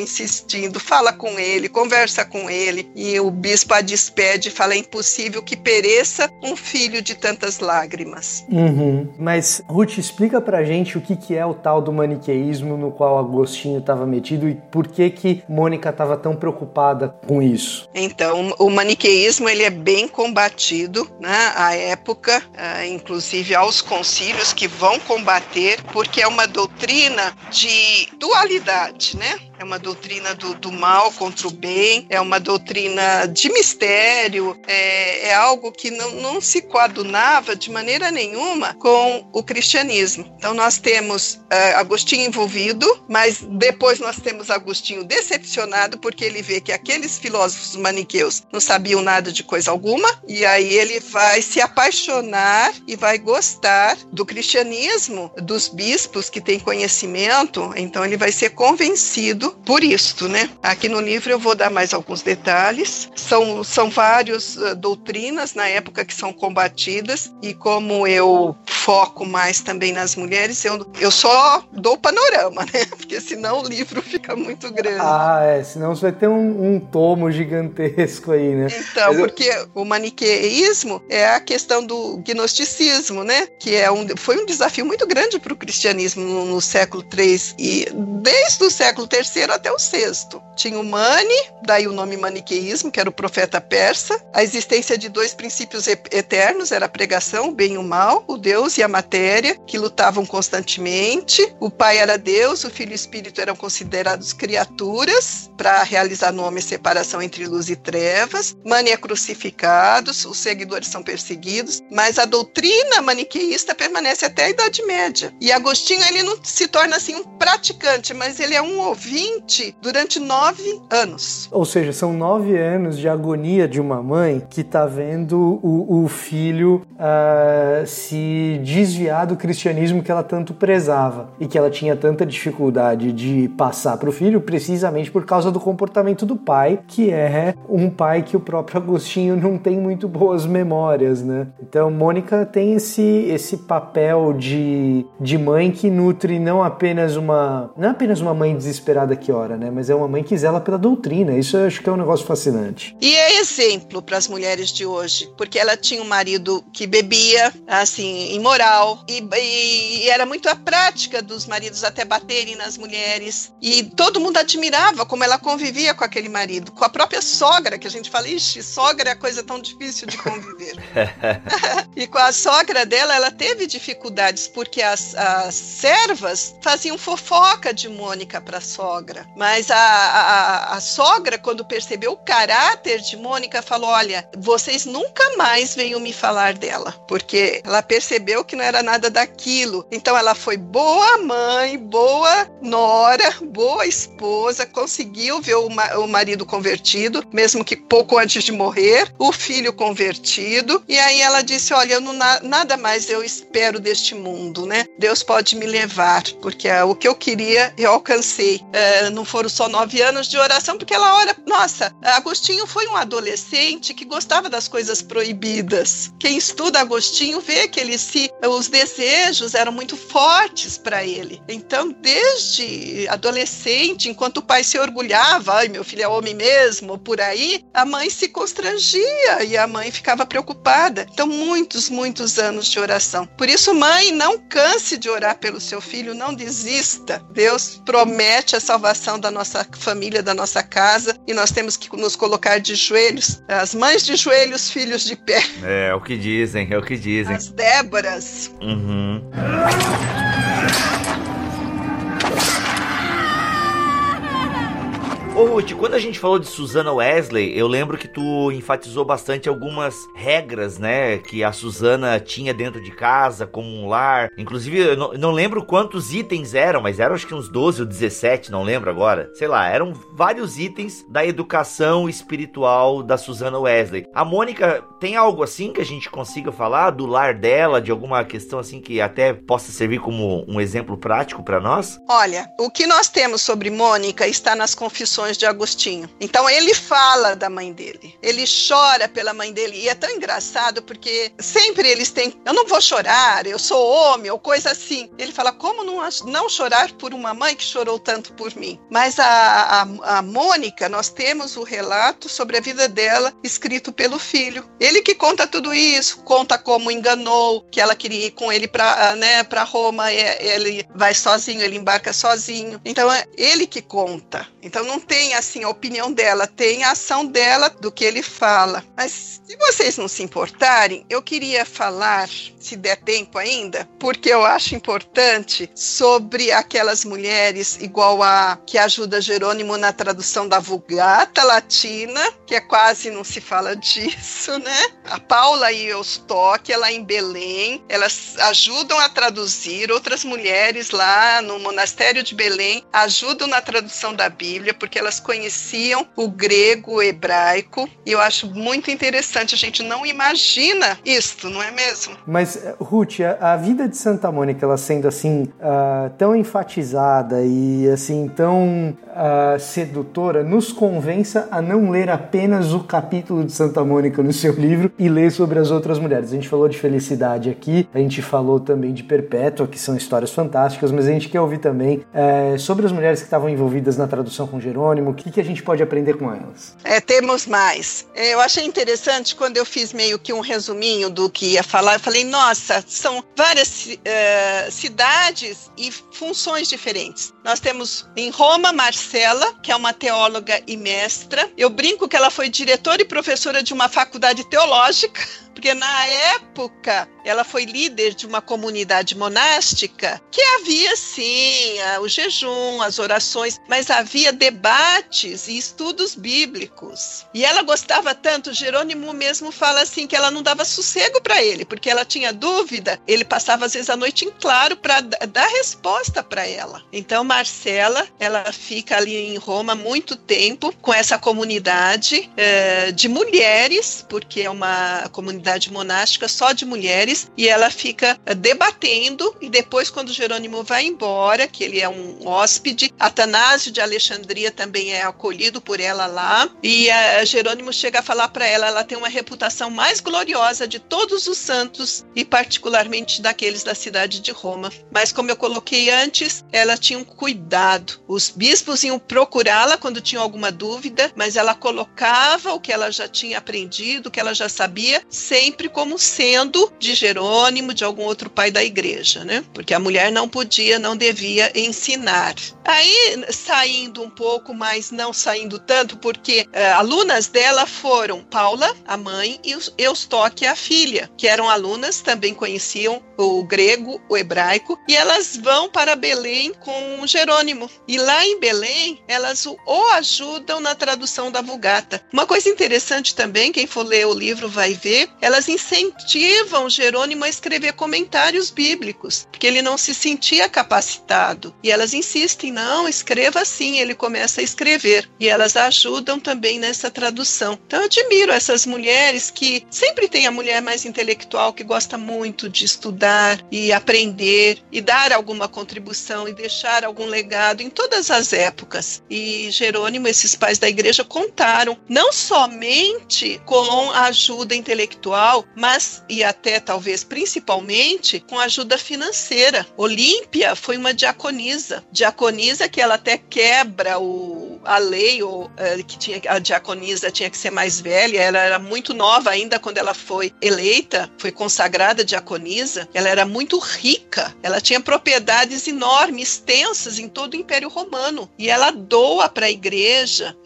fala com ele, conversa com ele, e o bispo a despede e fala: é impossível que pereça um filho de tantas lágrimas. Mas, Ruth, explica pra gente o que é o tal do maniqueísmo no qual Agostinho estava metido e por que Mônica estava tão preocupada com isso. Então, o maniqueísmo ele é bem combatido, né, à época, inclusive aos concílios que vão combater, porque é uma doutrina de dualidade, né? É uma doutrina do mal contra o bem, é uma doutrina de mistério, é algo que não se coadunava de maneira nenhuma com o cristianismo. Então nós temos Agostinho envolvido, mas depois nós temos Agostinho decepcionado, porque ele vê que aqueles filósofos maniqueus não sabiam nada de coisa alguma, e aí ele vai se apaixonar e vai gostar do cristianismo, dos bispos que têm conhecimento, então ele vai ser convencido por isto, né? Aqui no livro eu vou dar mais alguns detalhes. São várias doutrinas na época que são combatidas, e como eu foco mais também nas mulheres, eu só dou o panorama, né? Porque senão o livro fica muito grande. Senão você vai ter um tomo gigantesco aí, né? Então, porque o maniqueísmo é a questão do gnosticismo, né? Que foi um desafio muito grande para o cristianismo no século III, e desde o século III até o VI. Tinha o Mani, daí o nome maniqueísmo, que era o profeta persa, a existência de dois princípios eternos, era a pregação, o bem e o mal, o Deus e a matéria, que lutavam constantemente, o Pai era Deus, o Filho e o Espírito eram considerados criaturas, para realizar no homem a separação entre luz e trevas, Mani é crucificado, os seguidores são perseguidos, mas a doutrina maniqueísta permanece até a Idade Média. E Agostinho, ele não se torna assim um praticante, mas ele é um ouvinte durante 9 anos. Ou seja, são 9 anos de agonia de uma mãe que está vendo o filho se desviar do cristianismo que ela tanto prezava e que ela tinha tanta dificuldade de passar para o filho, precisamente por causa do comportamento do pai, que é um pai que o próprio Agostinho não tem muito boas memórias, né? Então, Mônica tem esse papel de mãe que nutre não apenas uma mãe desesperada que ora, né? Mas é uma mãe que zela pela doutrina. Isso eu acho que é um negócio fascinante. E é exemplo para as mulheres de hoje, porque ela tinha um marido que bebia, assim, imoral, e era muito a prática dos maridos até baterem nas mulheres, e todo mundo admirava como ela convivia com aquele marido, com a própria sogra, que a gente fala, ixi, sogra é coisa tão difícil de conviver. E com a sogra dela, ela teve dificuldades, porque as servas faziam fofoca de Mônica para a sogra. Mas a sogra, quando percebeu o caráter de Mônica, falou: olha, vocês nunca mais venham me falar dela, porque ela percebeu que não era nada daquilo. Então ela foi boa mãe, boa nora, boa esposa, conseguiu ver o marido convertido, mesmo que pouco antes de morrer, o filho convertido, e aí ela disse: olha, nada mais eu espero deste mundo, né? Deus pode me levar, porque o que eu queria eu alcancei. Não foram só 9 anos de oração, porque ela ora... Nossa, Agostinho foi um adolescente que gostava das coisas proibidas. Quem estuda Agostinho vê que os desejos eram muito fortes para ele. Então, desde adolescente, enquanto o pai se orgulhava, ai, meu filho é homem mesmo, por aí, a mãe se constrangia e a mãe ficava preocupada. Então, muitos anos de oração. Por isso, mãe, não canse de orar pelo seu filho, não desista. Deus promete a salvação da nossa família, da nossa casa, e nós temos que nos colocar de joelhos, as mães de joelhos, filhos de pé. É o que dizem. As Déboras. Ô Ruth, quando a gente falou de Susana Wesley, eu lembro que tu enfatizou bastante algumas regras, né, que a Susana tinha dentro de casa, como um lar. Inclusive, eu não lembro quantos itens eram, mas eram acho que uns 12 ou 17, não lembro agora. Sei lá, eram vários itens da educação espiritual da Susana Wesley. A Mônica tem algo assim que a gente consiga falar do lar dela, de alguma questão assim que até possa servir como um exemplo prático para nós? Olha, o que nós temos sobre Mônica está nas Confissões de Agostinho. Então ele fala da mãe dele, ele chora pela mãe dele, e é tão engraçado porque sempre eles têm, eu não vou chorar, eu sou homem, ou coisa assim. Ele fala, como não chorar por uma mãe que chorou tanto por mim? Mas a Mônica, nós temos o relato sobre a vida dela escrito pelo filho. Ele que conta tudo isso, conta como enganou, que ela queria ir com ele para Roma, ele vai sozinho, ele embarca sozinho. Então é ele que conta. Então não tem assim a opinião dela, tem a ação dela do que ele fala. Mas se vocês não se importarem, eu queria falar, se der tempo ainda, porque eu acho importante, sobre aquelas mulheres igual a que ajuda Jerônimo na tradução da Vulgata Latina, que quase não se fala disso, né? A Paula e Eustóquia lá em Belém, elas ajudam a traduzir, outras mulheres lá no monastério de Belém ajudam na tradução da Bíblia, porque elas conheciam o grego, o hebraico, e eu acho muito interessante, a gente não imagina isso, não é mesmo? Mas, Ruth, a vida de Santa Mônica, ela sendo assim, tão enfatizada e assim, tão sedutora, nos convença a não ler apenas o capítulo de Santa Mônica no seu livro e ler sobre as outras mulheres. A gente falou de Felicidade aqui, a gente falou também de Perpétua, que são histórias fantásticas, mas a gente quer ouvir também sobre as mulheres que estavam envolvidas na tradução com Jerônimo, o que a gente pode aprender com elas? Temos mais. Eu achei interessante quando eu fiz meio que um resuminho do que ia falar, eu falei, nossa, são várias cidades e funções diferentes. Nós temos em Roma, Marcela, que é uma teóloga e mestra. Eu brinco que ela foi diretora e professora de uma faculdade teológica, porque na época ela foi líder de uma comunidade monástica que havia, sim, o jejum, as orações, mas havia debates e estudos bíblicos. E ela gostava tanto, Jerônimo mesmo fala assim, que ela não dava sossego para ele, porque ela tinha dúvida, ele passava às vezes a noite em claro para dar resposta para ela. Então Marcela, ela fica ali em Roma muito tempo com essa comunidade de mulheres, porque é uma comunidade monástica só de mulheres, e ela fica debatendo, e depois quando Jerônimo vai embora, que ele é um hóspede, Atanásio de Alexandria também é acolhido por ela lá, e Jerônimo chega a falar para ela, ela tem uma reputação mais gloriosa de todos os santos, e particularmente daqueles da cidade de Roma. Mas como eu coloquei antes, ela tinha um cuidado. Os bispos iam procurá-la quando tinham alguma dúvida, mas ela colocava o que ela já tinha aprendido, o que ela já sabia, sempre como sendo de Jerônimo, de algum outro pai da igreja, né? Porque a mulher não podia, não devia ensinar. Aí, saindo um pouco, mas não saindo tanto, porque alunas dela foram Paula, a mãe, e Eustóquia, a filha, que eram alunas, também conheciam o grego, o hebraico, e elas vão para Belém com Jerônimo. E lá em Belém, elas o ajudam na tradução da Vulgata. Uma coisa interessante também, quem for ler o livro vai ver, elas incentivam Jerônimo a escrever comentários bíblicos, porque ele não se sentia capacitado. E elas insistem, não, escreva assim, ele começa a escrever. E elas ajudam também nessa tradução. Então eu admiro essas mulheres que sempre tem a mulher mais intelectual que gosta muito de estudar e aprender e dar alguma contribuição e deixar algum legado em todas as épocas. E Jerônimo, esses pais da igreja contaram não somente com a ajuda intelectual, mas, e até talvez principalmente, com ajuda financeira. Olímpia foi uma diaconisa que ela até quebra a lei, a diaconisa tinha que ser mais velha, ela era muito nova ainda quando ela foi eleita, foi consagrada diaconisa, ela era muito rica, ela tinha propriedades enormes, extensas em todo o Império Romano, e ela doa para a igreja,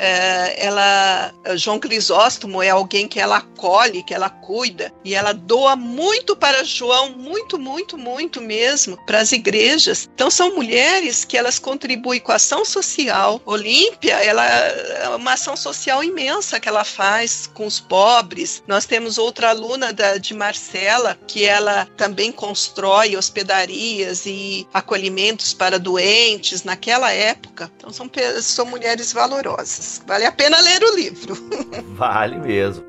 João Crisóstomo é alguém que ela acolhe, que ela cuida, e ela doa muito para João, muito, muito, muito mesmo, para as igrejas. Então são mulheres que elas contribuem com a ação social. Olímpia, ela é uma ação social imensa que ela faz com os pobres. Nós temos outra aluna de Marcela, que ela também constrói hospedarias e acolhimentos para doentes naquela época. Então são mulheres valorosas. Vale a pena ler o livro. Vale mesmo.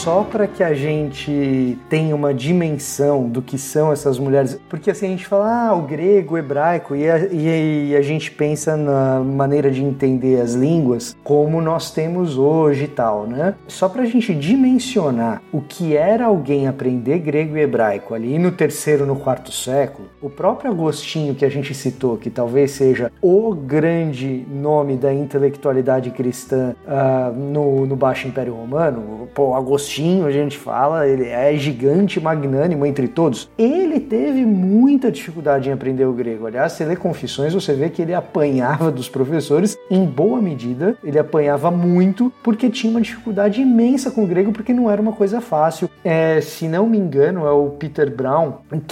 só para que a gente tenha uma dimensão do que são essas mulheres, porque assim a gente fala, o grego, o hebraico, e a gente pensa na maneira de entender as línguas como nós temos hoje e tal, né? Só pra gente dimensionar o que era alguém aprender grego e hebraico ali no 3º, no 4º século, o próprio Agostinho que a gente citou, que talvez seja o grande nome da intelectualidade cristã no Baixo Império Romano, Agostinho, a gente fala, ele é gigante, magnânimo entre todos, ele teve muita dificuldade em aprender o grego. Aliás, você lê Confissões, você vê que ele apanhava dos professores em boa medida, ele apanhava muito porque tinha uma dificuldade imensa com o grego, porque não era uma coisa fácil. Se não me engano, é o Peter Brown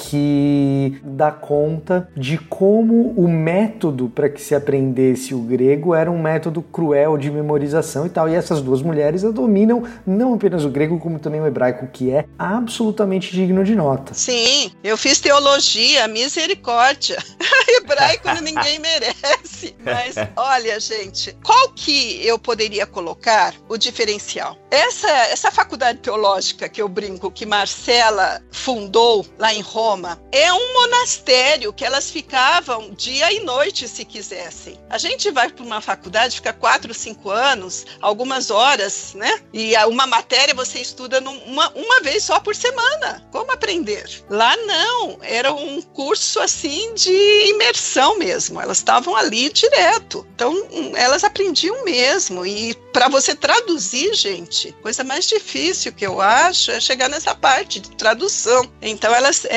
que dá conta de como o método para que se aprendesse o grego era um método cruel de memorização e tal, e essas duas mulheres dominam não apenas o grego, como também o hebraico, que é absolutamente digno de nota. Sim, eu fiz teologia, misericórdia. Hebraico ninguém merece. Mas, olha, gente, qual que eu poderia colocar o diferencial? Essa faculdade teológica que eu brinco, que Marcela fundou lá em Roma, é um monastério que elas ficavam dia e noite, se quisessem. A gente vai para uma faculdade, fica 4, 5 anos, algumas horas, né? E uma matéria você estuda uma vez só por semana. Como aprender? Lá não, era um curso assim de imersão mesmo. Elas estavam ali direto. Então, elas aprendiam mesmo. E para você traduzir, gente, coisa mais difícil que eu acho é chegar nessa parte de tradução. Então, elas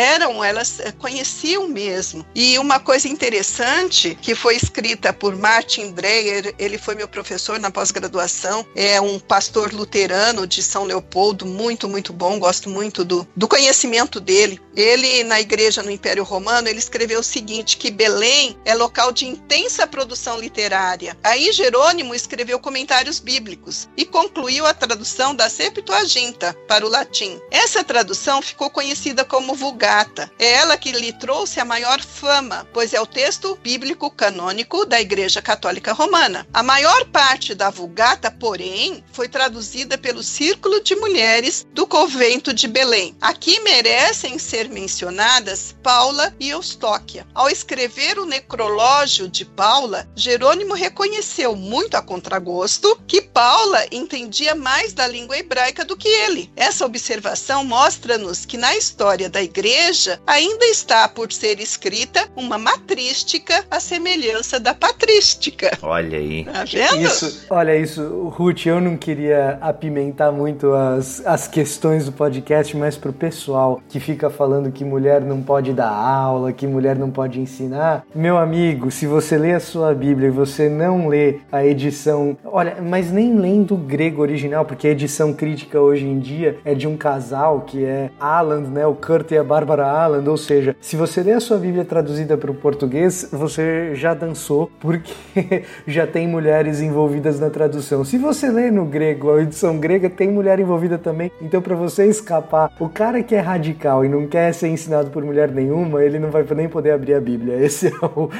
conheciam mesmo. E uma coisa interessante, que foi escrita por Martin Dreyer, ele foi meu professor na pós-graduação, é um pastor luterano de São Leopoldo, muito, muito bom, gosto muito do conhecimento dele. Ele, na igreja no Império Romano, ele escreveu o seguinte, que Belém é local de intensa produção literária. Aí Jerônimo escreveu comentários bíblicos e concluiu a tradução da Septuaginta para o latim. Essa tradução ficou conhecida como Vulgata. É ela que lhe trouxe a maior fama, pois é o texto bíblico canônico da Igreja Católica Romana. A maior parte da Vulgata, porém, foi traduzida pelo Círculo de Mulheres do Convento de Belém. Aqui merecem ser mencionadas Paula e Eustóquia. Ao escrever o necrológio de Paula, Jerônimo reconheceu muito a contragosto que Paula entendia mais da língua hebraica do que ele. Essa observação mostra-nos que na história da Igreja ainda está por ser escrita uma matrística à semelhança da patrística. Olha aí. Tá vendo? Olha isso, Ruth, eu não queria apimentar muito as questões do podcast, mas pro pessoal que fica falando que mulher não pode dar aula, que mulher não pode ensinar, meu amigo, se você lê a sua Bíblia e você não lê a edição, olha, mas nem lendo o grego original, porque a edição crítica hoje em dia é de um casal que é Aland, né, o Kurt e a Barbara Aland, ou seja, se você lê a sua Bíblia traduzida para o português, você já dançou, porque já tem mulheres envolvidas na tradução. Se você lê no grego, a edição grega, tem mulher envolvida também, então para você escapar, o cara que é radical e não quer ser ensinado por mulher nenhuma, ele não vai nem poder abrir a Bíblia. Esse é o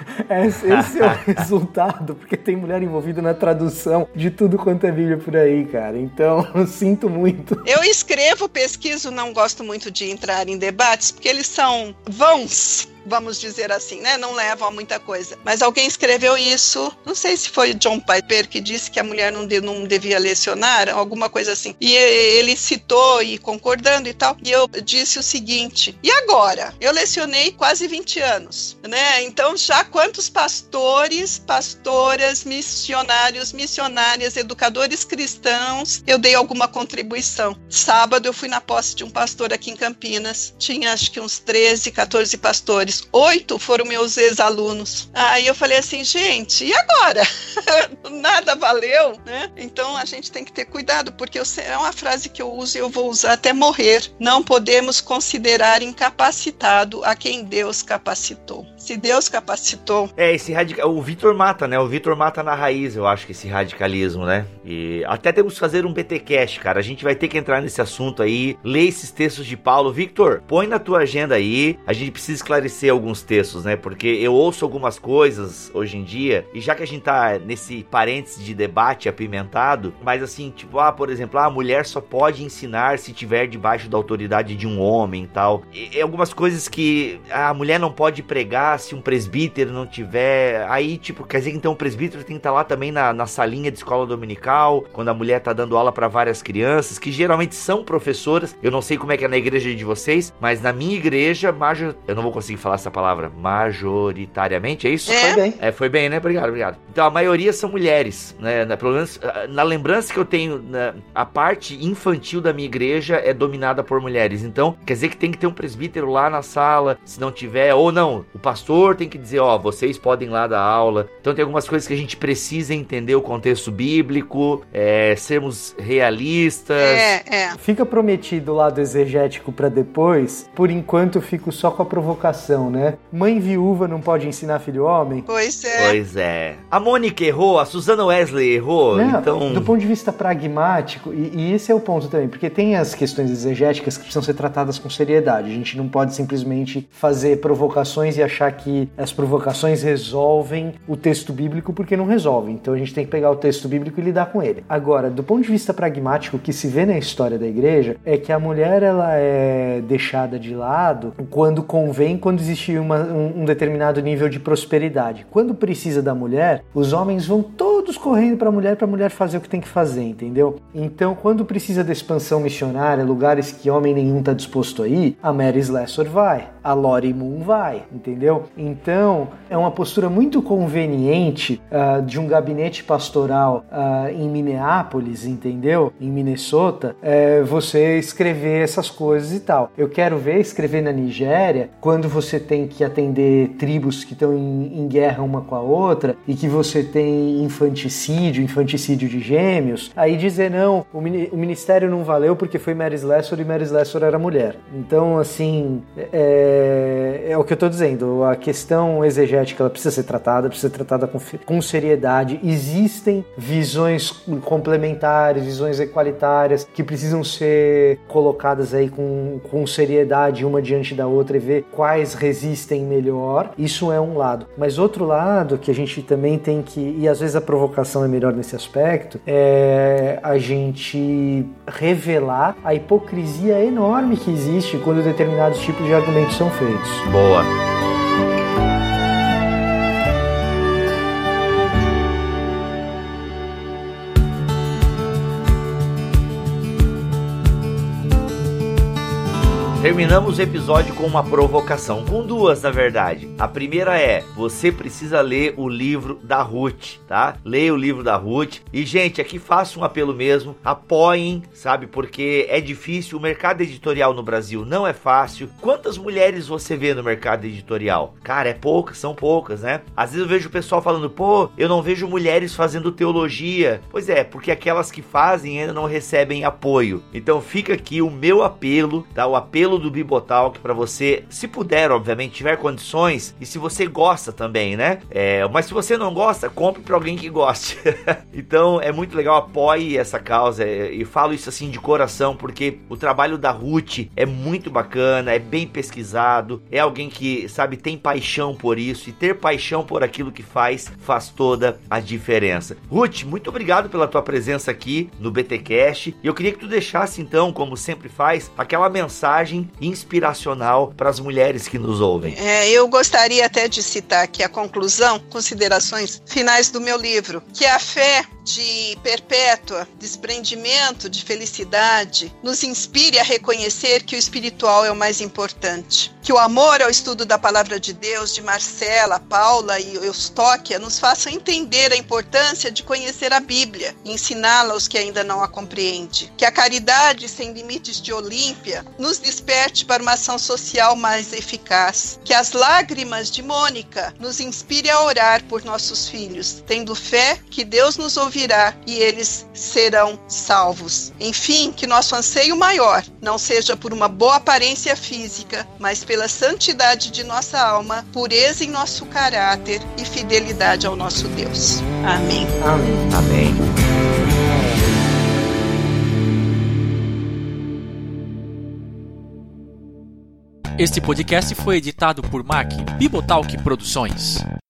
resultado, porque tem mulher envolvida na tradução de tudo quanto é Bíblia por aí, cara. Então, eu sinto muito. Eu escrevo, pesquiso, não gosto muito de entrar em debates, porque eles são vãos, vamos dizer assim, né? Não levam a muita coisa. Mas alguém escreveu isso, não sei se foi John Piper que disse que a mulher não devia lecionar, alguma coisa assim. E ele citou, e concordando e tal, e eu disse o seguinte, e agora? Eu lecionei quase 20 anos, né? Então já quantos pastores, pastoras, missionários, missionárias, educadores cristãos, eu dei alguma contribuição. Sábado eu fui na posse de um pastor aqui em Campinas, tinha acho que uns 13, 14 pastores. 8 foram meus ex-alunos. Aí eu falei assim, gente, e agora? Nada valeu, né? Então a gente tem que ter cuidado, porque é uma frase que eu uso e eu vou usar até morrer. Não podemos considerar incapacitado a quem Deus capacitou. Se Deus capacitou... esse o Vitor mata, né? O Vitor mata na raiz, eu acho, que esse radicalismo, né? E até temos que fazer um BTcast, cara. A gente vai ter que entrar nesse assunto aí, ler esses textos de Paulo. Victor, põe na tua agenda aí. A gente precisa esclarecer conhecer alguns textos, né? Porque eu ouço algumas coisas hoje em dia, e já que a gente tá nesse parênteses de debate apimentado, mas assim, tipo, por exemplo, a mulher só pode ensinar se tiver debaixo da autoridade de um homem e tal. E algumas coisas que a mulher não pode pregar se um presbítero não tiver. Aí, tipo, quer dizer que então o presbítero tem que estar lá também na salinha de escola dominical, quando a mulher tá dando aula para várias crianças, que geralmente são professoras. Eu não sei como é que é na igreja de vocês, mas na minha igreja, eu não vou conseguir falar essa palavra, majoritariamente, é isso? Foi bem. Foi bem, né? Obrigado. Então, a maioria são mulheres, né? Pelo menos, na lembrança que eu tenho, a parte infantil da minha igreja é dominada por mulheres. Então, quer dizer que tem que ter um presbítero lá na sala, se não tiver, ou não, o pastor tem que dizer, vocês podem ir lá dar aula. Então, tem algumas coisas que a gente precisa entender o contexto bíblico, sermos realistas. Fica prometido o lado exegético pra depois, por enquanto eu fico só com a provocação, né? Mãe viúva não pode ensinar filho homem? Pois é. A Mônica errou, a Susana Wesley errou, não, então... Do ponto de vista pragmático, e esse é o ponto também, porque tem as questões exegéticas que precisam ser tratadas com seriedade. A gente não pode simplesmente fazer provocações e achar que as provocações resolvem o texto bíblico, porque não resolvem. Então a gente tem que pegar o texto bíblico e lidar com ele. Agora, do ponto de vista pragmático, o que se vê na história da igreja é que a mulher ela é deixada de lado quando convém, quando existe um determinado nível de prosperidade. Quando precisa da mulher, os homens vão todos correndo para a mulher fazer o que tem que fazer, entendeu? Então, quando precisa da expansão missionária, lugares que homem nenhum está disposto a ir, a Mary Slessor vai, a Lori Moon vai, entendeu? Então, é uma postura muito conveniente de um gabinete pastoral em Minneapolis, entendeu? Em Minnesota, você escrever essas coisas e tal. Eu quero ver escrever na Nigéria, quando você tem que atender tribos que estão em guerra uma com a outra, e que você tem infanticídio de gêmeos, aí dizer não, o ministério não valeu porque foi Mary Slessor e Mary Slessor era mulher. Então, assim, é o que eu estou dizendo, a questão exegética ela precisa ser tratada com seriedade. Existem visões complementares, visões equalitárias que precisam ser colocadas aí com seriedade uma diante da outra e ver quais resistem melhor. Isso é um lado. Mas outro lado que a gente também tem que, e às vezes a provocação é melhor nesse aspecto, é a gente revelar a hipocrisia enorme que existe quando determinados tipos de argumentos são feitos. Boa. Terminamos o episódio com uma provocação, com duas na verdade. A primeira é, você precisa ler o livro da Ruth, tá? Leia o livro da Ruth. E gente, aqui faço um apelo mesmo, apoiem, sabe? Porque é difícil, o mercado editorial no Brasil não é fácil. Quantas mulheres você vê no mercado editorial? Cara, são poucas, né? Às vezes eu vejo o pessoal falando, eu não vejo mulheres fazendo teologia. Pois é, porque aquelas que fazem ainda não recebem apoio. Então fica aqui o meu apelo, tá? O apelo do Bibotalk para você, se puder, obviamente, tiver condições, e se você gosta também, né? Mas se você não gosta, compre para alguém que goste. Então é muito legal, apoie essa causa, e falo isso assim de coração, porque o trabalho da Ruth é muito bacana, é bem pesquisado, é alguém que, sabe, tem paixão por isso, e ter paixão por aquilo que faz toda a diferença. Ruth, muito obrigado pela tua presença aqui no BTcast, e eu queria que tu deixasse então, como sempre faz, aquela mensagem inspiracional para as mulheres que nos ouvem. Eu gostaria até de citar aqui a conclusão, considerações finais do meu livro, que a fé de perpétua, desprendimento, de felicidade, nos inspire a reconhecer que o espiritual é o mais importante. Que o amor ao estudo da Palavra de Deus, de Marcela, Paula e Eustóquia, nos façam entender a importância de conhecer a Bíblia e ensiná-la aos que ainda não a compreendem. Que a caridade sem limites de Olímpia nos desperte para uma ação social mais eficaz. Que as lágrimas de Mônica nos inspire a orar por nossos filhos, tendo fé que Deus nos ouvirá e eles serão salvos. Enfim, que nosso anseio maior não seja por uma boa aparência física, mas pela santidade de nossa alma, pureza em nosso caráter e fidelidade ao nosso Deus. Amém. Amém. Amém. Este podcast foi editado por Mac Bibotalk Produções.